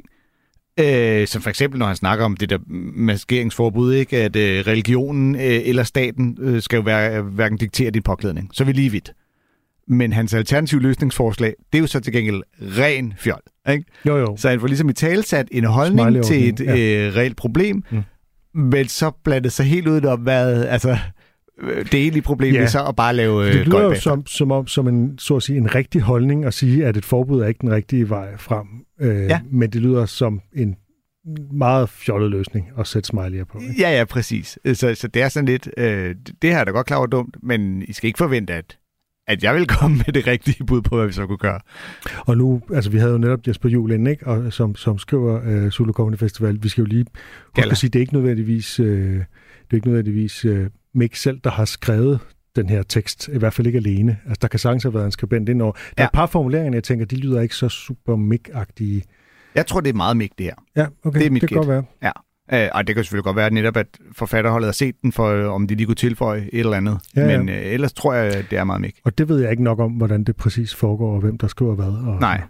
øh, som for eksempel, når han snakker om det der maskeringsforbud, ikke, at øh, religionen øh, eller staten øh, skal jo være, hverken diktere din påklædning. Så er vi lige vidt. Men hans alternative løsningsforslag, det er jo så til gengæld ren fjol. Ikke? Jo, jo. Så han får ligesom i talsat en holdning til et ja. øh, reelt problem, mm. men så blandet sig helt ud om, hvad altså, det egentlige problem ja. er så at bare lave øh, det lyder jo som, som, om, som en, så at sige, en rigtig holdning at sige, at et forbud er ikke den rigtige vej frem. Øh, ja. Men det lyder som en meget fjollet løsning at sætte smiley'er på. Ikke? Ja, ja, præcis. Så, så det er sådan lidt, øh, det her er da godt klar over dumt, men I skal ikke forvente, at at jeg vil komme med det rigtige bud på, hvad vi så kunne gøre. Og nu, altså vi havde jo netop Jesper Juhl inden, ikke? Og, som, som skriver uh, Zulu Comedy Festival. Vi skal jo lige huske at sige, det er ikke nødvendigvis, uh, det er ikke nødvendigvis uh, Mick selv, der har skrevet den her tekst, i hvert fald ikke alene. Altså der kan sagtens have været en skribent indover. Der ja. er et par formuleringer, jeg tænker, de lyder ikke så super Mick-agtige. Jeg tror, det er meget Mick, det her. Ja, okay, det, er mit det kan godt være. Ja. Øh, og det kan selvfølgelig godt være netop, at forfatterholdet har set den, for øh, om de lige kunne tilføje et eller andet. Ja, ja. Men øh, ellers tror jeg, det er meget Mick. Og det ved jeg ikke nok om, hvordan det præcis foregår, og hvem der skriver hvad. Og... Nej.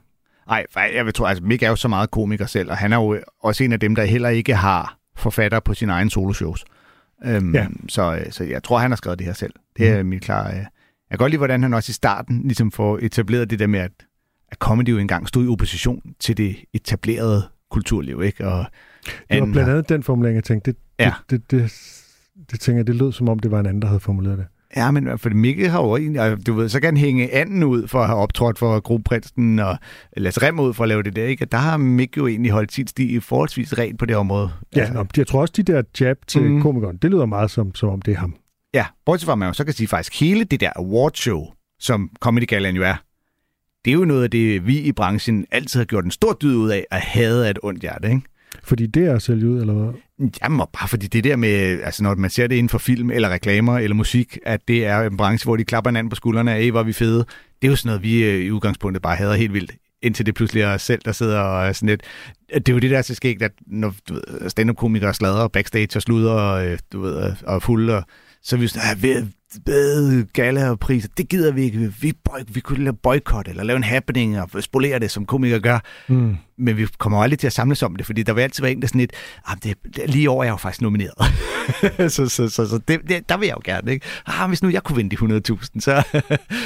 Nej, jeg vil tro, altså Mick er jo så meget komiker selv, og han er jo også en af dem, der heller ikke har forfatter på sine egne soloshows. Øhm, ja. så, så jeg tror, han har skrevet det her selv. Det er mm. mit klare... Jeg kan godt lide, hvordan han også i starten ligesom får etableret det der med, at, at comedy jo engang stod i opposition til det etablerede kulturliv, ikke? Og det var blandt andet den formulering, jeg tænkte, det, ja. det, det, det, det tænker jeg, det lød som om, det var en anden, der havde formuleret det. Ja, men for Mikkel har jo egentlig, du ved, så kan han hænge anden ud for at have optrådt for Kronprinsen og Lasse Rimmer ud for at lave det der, ikke? Og der har Mikkel jo egentlig holdt sit stil forholdsvis rent på det område. Ja, altså. Og jeg tror også, de der jab til mm. komikeren, det lyder meget som, som om det er ham. Ja, bortset fra man jo så kan sige faktisk, hele det der awardshow, som Comedy Gallaen jo er, det er jo noget af det, vi i branchen altid har gjort en stor dyd ud af at hade af et ondt hjerte, ikke? Fordi det er at sælge ud, eller hvad? Jamen, bare fordi det der med, altså når man ser det inden for film, eller reklamer, eller musik, at det er en branche, hvor de klapper hinanden på skuldrene af, hvor vi fede. Det er jo sådan noget, vi i udgangspunktet bare hader helt vildt, indtil det pludselig er os selv, der sidder og sådan lidt. Det er jo det der så skægt, at når du ved, stand-up-komikere sladrer backstage og sluder, og, du ved, og fulde, og så er vi sådan, ved bedre gala og priser, det gider vi ikke. Vi, boy, vi kunne lave boykot eller lave en happening og spolere det, som komikere gør. Mm. Men vi kommer aldrig til at samles om det, fordi der vil altid være en, der sådan lidt, ah, det, det, lige over er jeg jo faktisk nomineret. så så, så, så det, det, der vil jeg jo gerne, ikke? Ah, hvis nu jeg kunne vinde de hundrede tusind, så...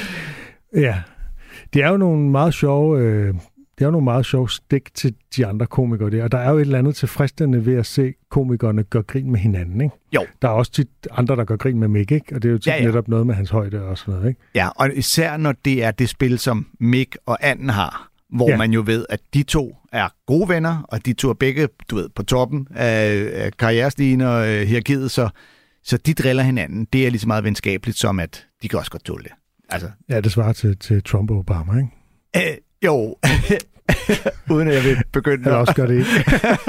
ja, det er jo nogle meget sjove... Øh... Det er jo nogle meget sjove stik til de andre komikere der, og der er jo et eller andet tilfredsstillende ved at se komikerne gøre grin med hinanden, ikke? Jo. Der er også tit andre, der gør grin med Mick, ikke? Og det er jo tit ja, ja. netop noget med hans højde og sådan noget, ikke? Ja, og især når det er det spil, som Mick og Anden har, hvor ja. man jo ved, at de to er gode venner, og de to er begge, du ved, på toppen af, af karrierestigen og øh, hierarkiet, så, så de driller hinanden. Det er lige så meget venskabeligt, som at de kan også godt tåle det. Altså. Ja, det svarer til, til Trump og Obama, ikke? Øh, Jo, uden at jeg vil begynde. Jeg også gør det ikke.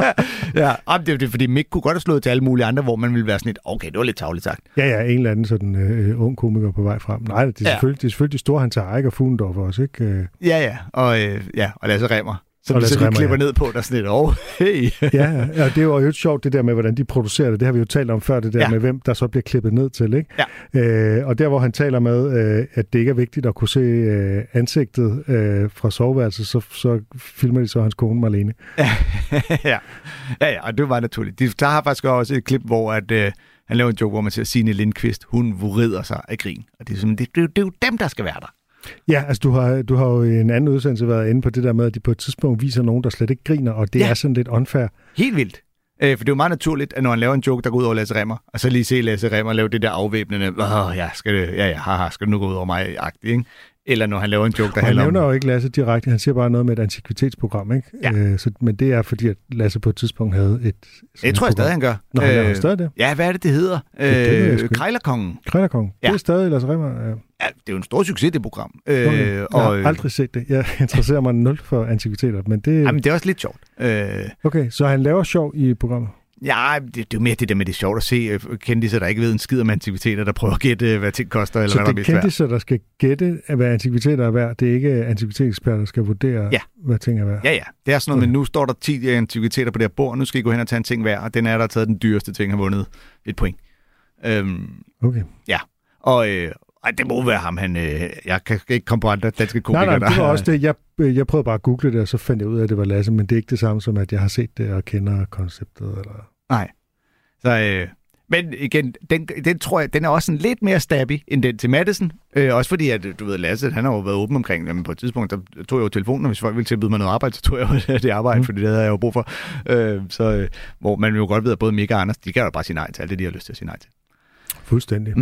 ja, det er det, fordi Mick kunne godt have slået til alle mulige andre, hvor man ville være sådan lidt, okay, det var lidt tavligt sagt. Ja, ja, en eller anden sådan øh, ung komiker på vej frem. Nej, det er, ja. selvfølgelig, det er selvfølgelig de store, han tager, ikke? Og Fuglendorf også, ikke? Ja, ja, og, øh, ja, og Lasse Rimmer. Så vi så klipper ja. ned på, der sådan lidt, åh, oh, hey. ja, ja, det er jo jo sjovt, det der med, hvordan de producerer det. Det har vi jo talt om før, det der ja. med, hvem der så bliver klippet ned til, ikke? Ja. Øh, og der, hvor han taler med, øh, at det ikke er vigtigt at kunne se øh, ansigtet øh, fra soveværelset, så, så filmer de så hans kone Marlene. ja. ja, ja, og det var naturligt. De, der har faktisk også et klip, hvor at, øh, han laver en joke, hvor man ser Signe Lindqvist, hun vrider sig af grin. Og det er, sådan, det, det, det er jo dem, der skal være der. Ja, altså du har, du har jo i en anden udsendelse været inde på det der med, at de på et tidspunkt viser nogen, der slet ikke griner, og det ja. er sådan lidt unfair. Helt vildt. Øh, for det er jo meget naturligt, at når han laver en joke, der går ud over Lasse Rimmer, og så lige se Lasse Rimmer lave det der afvæbnende, åh ja, skal det, ja, ja, haha, skal det nu gå ud over mig-agtigt, ikke? Eller når han laver en joke, der og handler om... han nævner jo ikke Lasse direkte, han siger bare noget med et antikvitetsprogram, ikke? Ja. Øh, så, men det er fordi, at Lasse på et tidspunkt havde et... Det tror jeg stadig, han gør. Nå, han øh, stadig det? Ja, hvad er det, det hedder? Det, øh, Krejlerkongen. Krejlerkongen. Ja. Det er stadig Lasse Rimmer, ja. Ja, det er jo en stor succes, det program. Øh, okay. Jeg og, har aldrig set det. Jeg interesserer mig nul for antikviteter, men det... Jamen, det er også lidt sjovt. Øh, okay, så han laver sjov i programmet? Ja, det, det er jo mere det der med, det er sjovt at se kendisser, der ikke ved en skid om antikviteter, der prøver at gætte, hvad ting koster. Eller så hvad det er kendisser, der skal gætte, hvad antikviteter er værd? Det er ikke antikviteteksperter, der skal vurdere, ja. hvad ting er værd? Ja, ja. Det er sådan noget, okay. Men nu står der ti antikviteter på det her bord, og nu skal I gå hen og tage en ting værd, og den er, der har taget den dyreste ting, har vundet et point. Øhm, okay. Ja, og... Øh, Ej, det må være ham. Han, øh, jeg kan ikke komme på andre danske komikere. Nej, nej, det var også det. Jeg, jeg prøvede bare at google det, og så fandt jeg ud af, at det var Lasse, men det er ikke det samme som, at jeg har set det og kender konceptet. Eller... Nej. Så, øh, men igen, den, den tror jeg, den er også sådan lidt mere stabby end den til Madison. Øh, også fordi, at du ved, Lasse, han har jo været åben omkring det, men på et tidspunkt, der tog jeg jo telefonen, og hvis folk ville tilbyde mig noget arbejde, så tog jeg jo det arbejde, mm. fordi det havde jeg jo brug for. Øh, så, øh, hvor man jo godt ved, at både Mick og Anders, de kan jo bare sige nej til alt det, de har lyst til at sige nej til. Fuldstændig.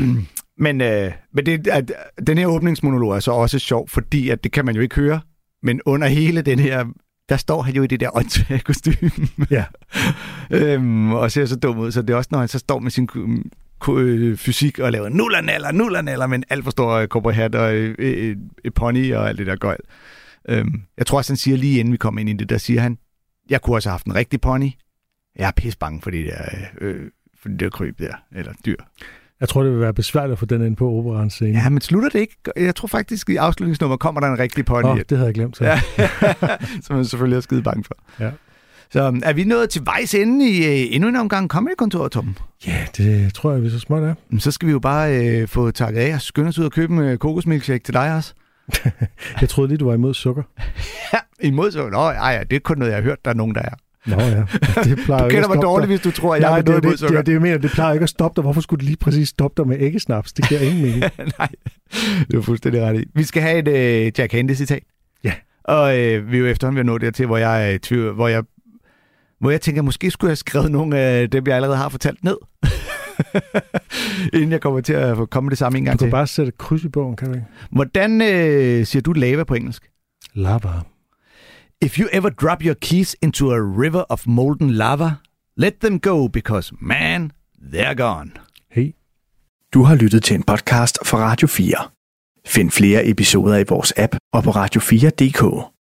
Men, øh, men det, at, den her åbningsmonolog er så også sjov, fordi at det kan man jo ikke høre, men under hele den her, der står han jo i det der åndssvage kostume. Ja. øhm, og ser så dum ud, så det er også, når han så står med sin øh, fysik og laver nullernaller, nullernaller, med en alt for stor cowboyhat og et, et, et pony og alt det der gøjl. Øhm, jeg tror også, han siger lige inden vi kommer ind i det, der siger han, jeg kunne også have haft en rigtig pony. Jeg er pisse bange for det der, øh, for det der kryb der, eller dyr. Jeg tror, det vil være besværligt at få den ind på operaens scene. Ja, men slutter det ikke? Jeg tror faktisk, i afslutningsnummer kommer der en rigtig pony. Åh, oh, det havde jeg glemt. Så. Ja. Som man selvfølgelig er skide bange for. Ja. Så er vi nået til vejs ende i uh, endnu en omgang Comedy-kontoret, Tom? Ja, det tror jeg, vi så småt er. Så skal vi jo bare uh, få takket af og skynde os ud og købe en uh, kokosmilkshake til dig også. Jeg troede lige, du var imod sukker. Ja, imod sukker? Nå, ej, ja, det er kun noget, jeg har hørt, der er nogen, der er. Nå ja, det plejer du kender mig dårligt, hvis du tror, at jeg Nej, er noget det, imod det, sukker. det, det, jeg mener, det plejer ikke at stoppe dig. Hvorfor skulle du lige præcis stoppe dig med æggesnaps? Det giver ingen mening. Nej, det er fuldstændig ret i. Vi skal have et øh, Jack Handy-citat. Ja. Og øh, vi er jo efterhånden ved at nå dertil, hvor jeg, øh, tvivl, hvor jeg, hvor jeg tænker, måske skulle jeg have skrevet nogle af dem, jeg allerede har fortalt ned. Inden jeg kommer til at få komme det samme en gang til. Du kan bare sætte kryds i bogen, kan du ikke? Hvordan øh, siger du lava på engelsk? Lava. If you ever drop your keys into a river of molten lava, let them go, because, man, they're gone. Hey. Du har lyttet til en podcast fra Radio fire. Find flere episoder i vores app og på radio fire punktum d k.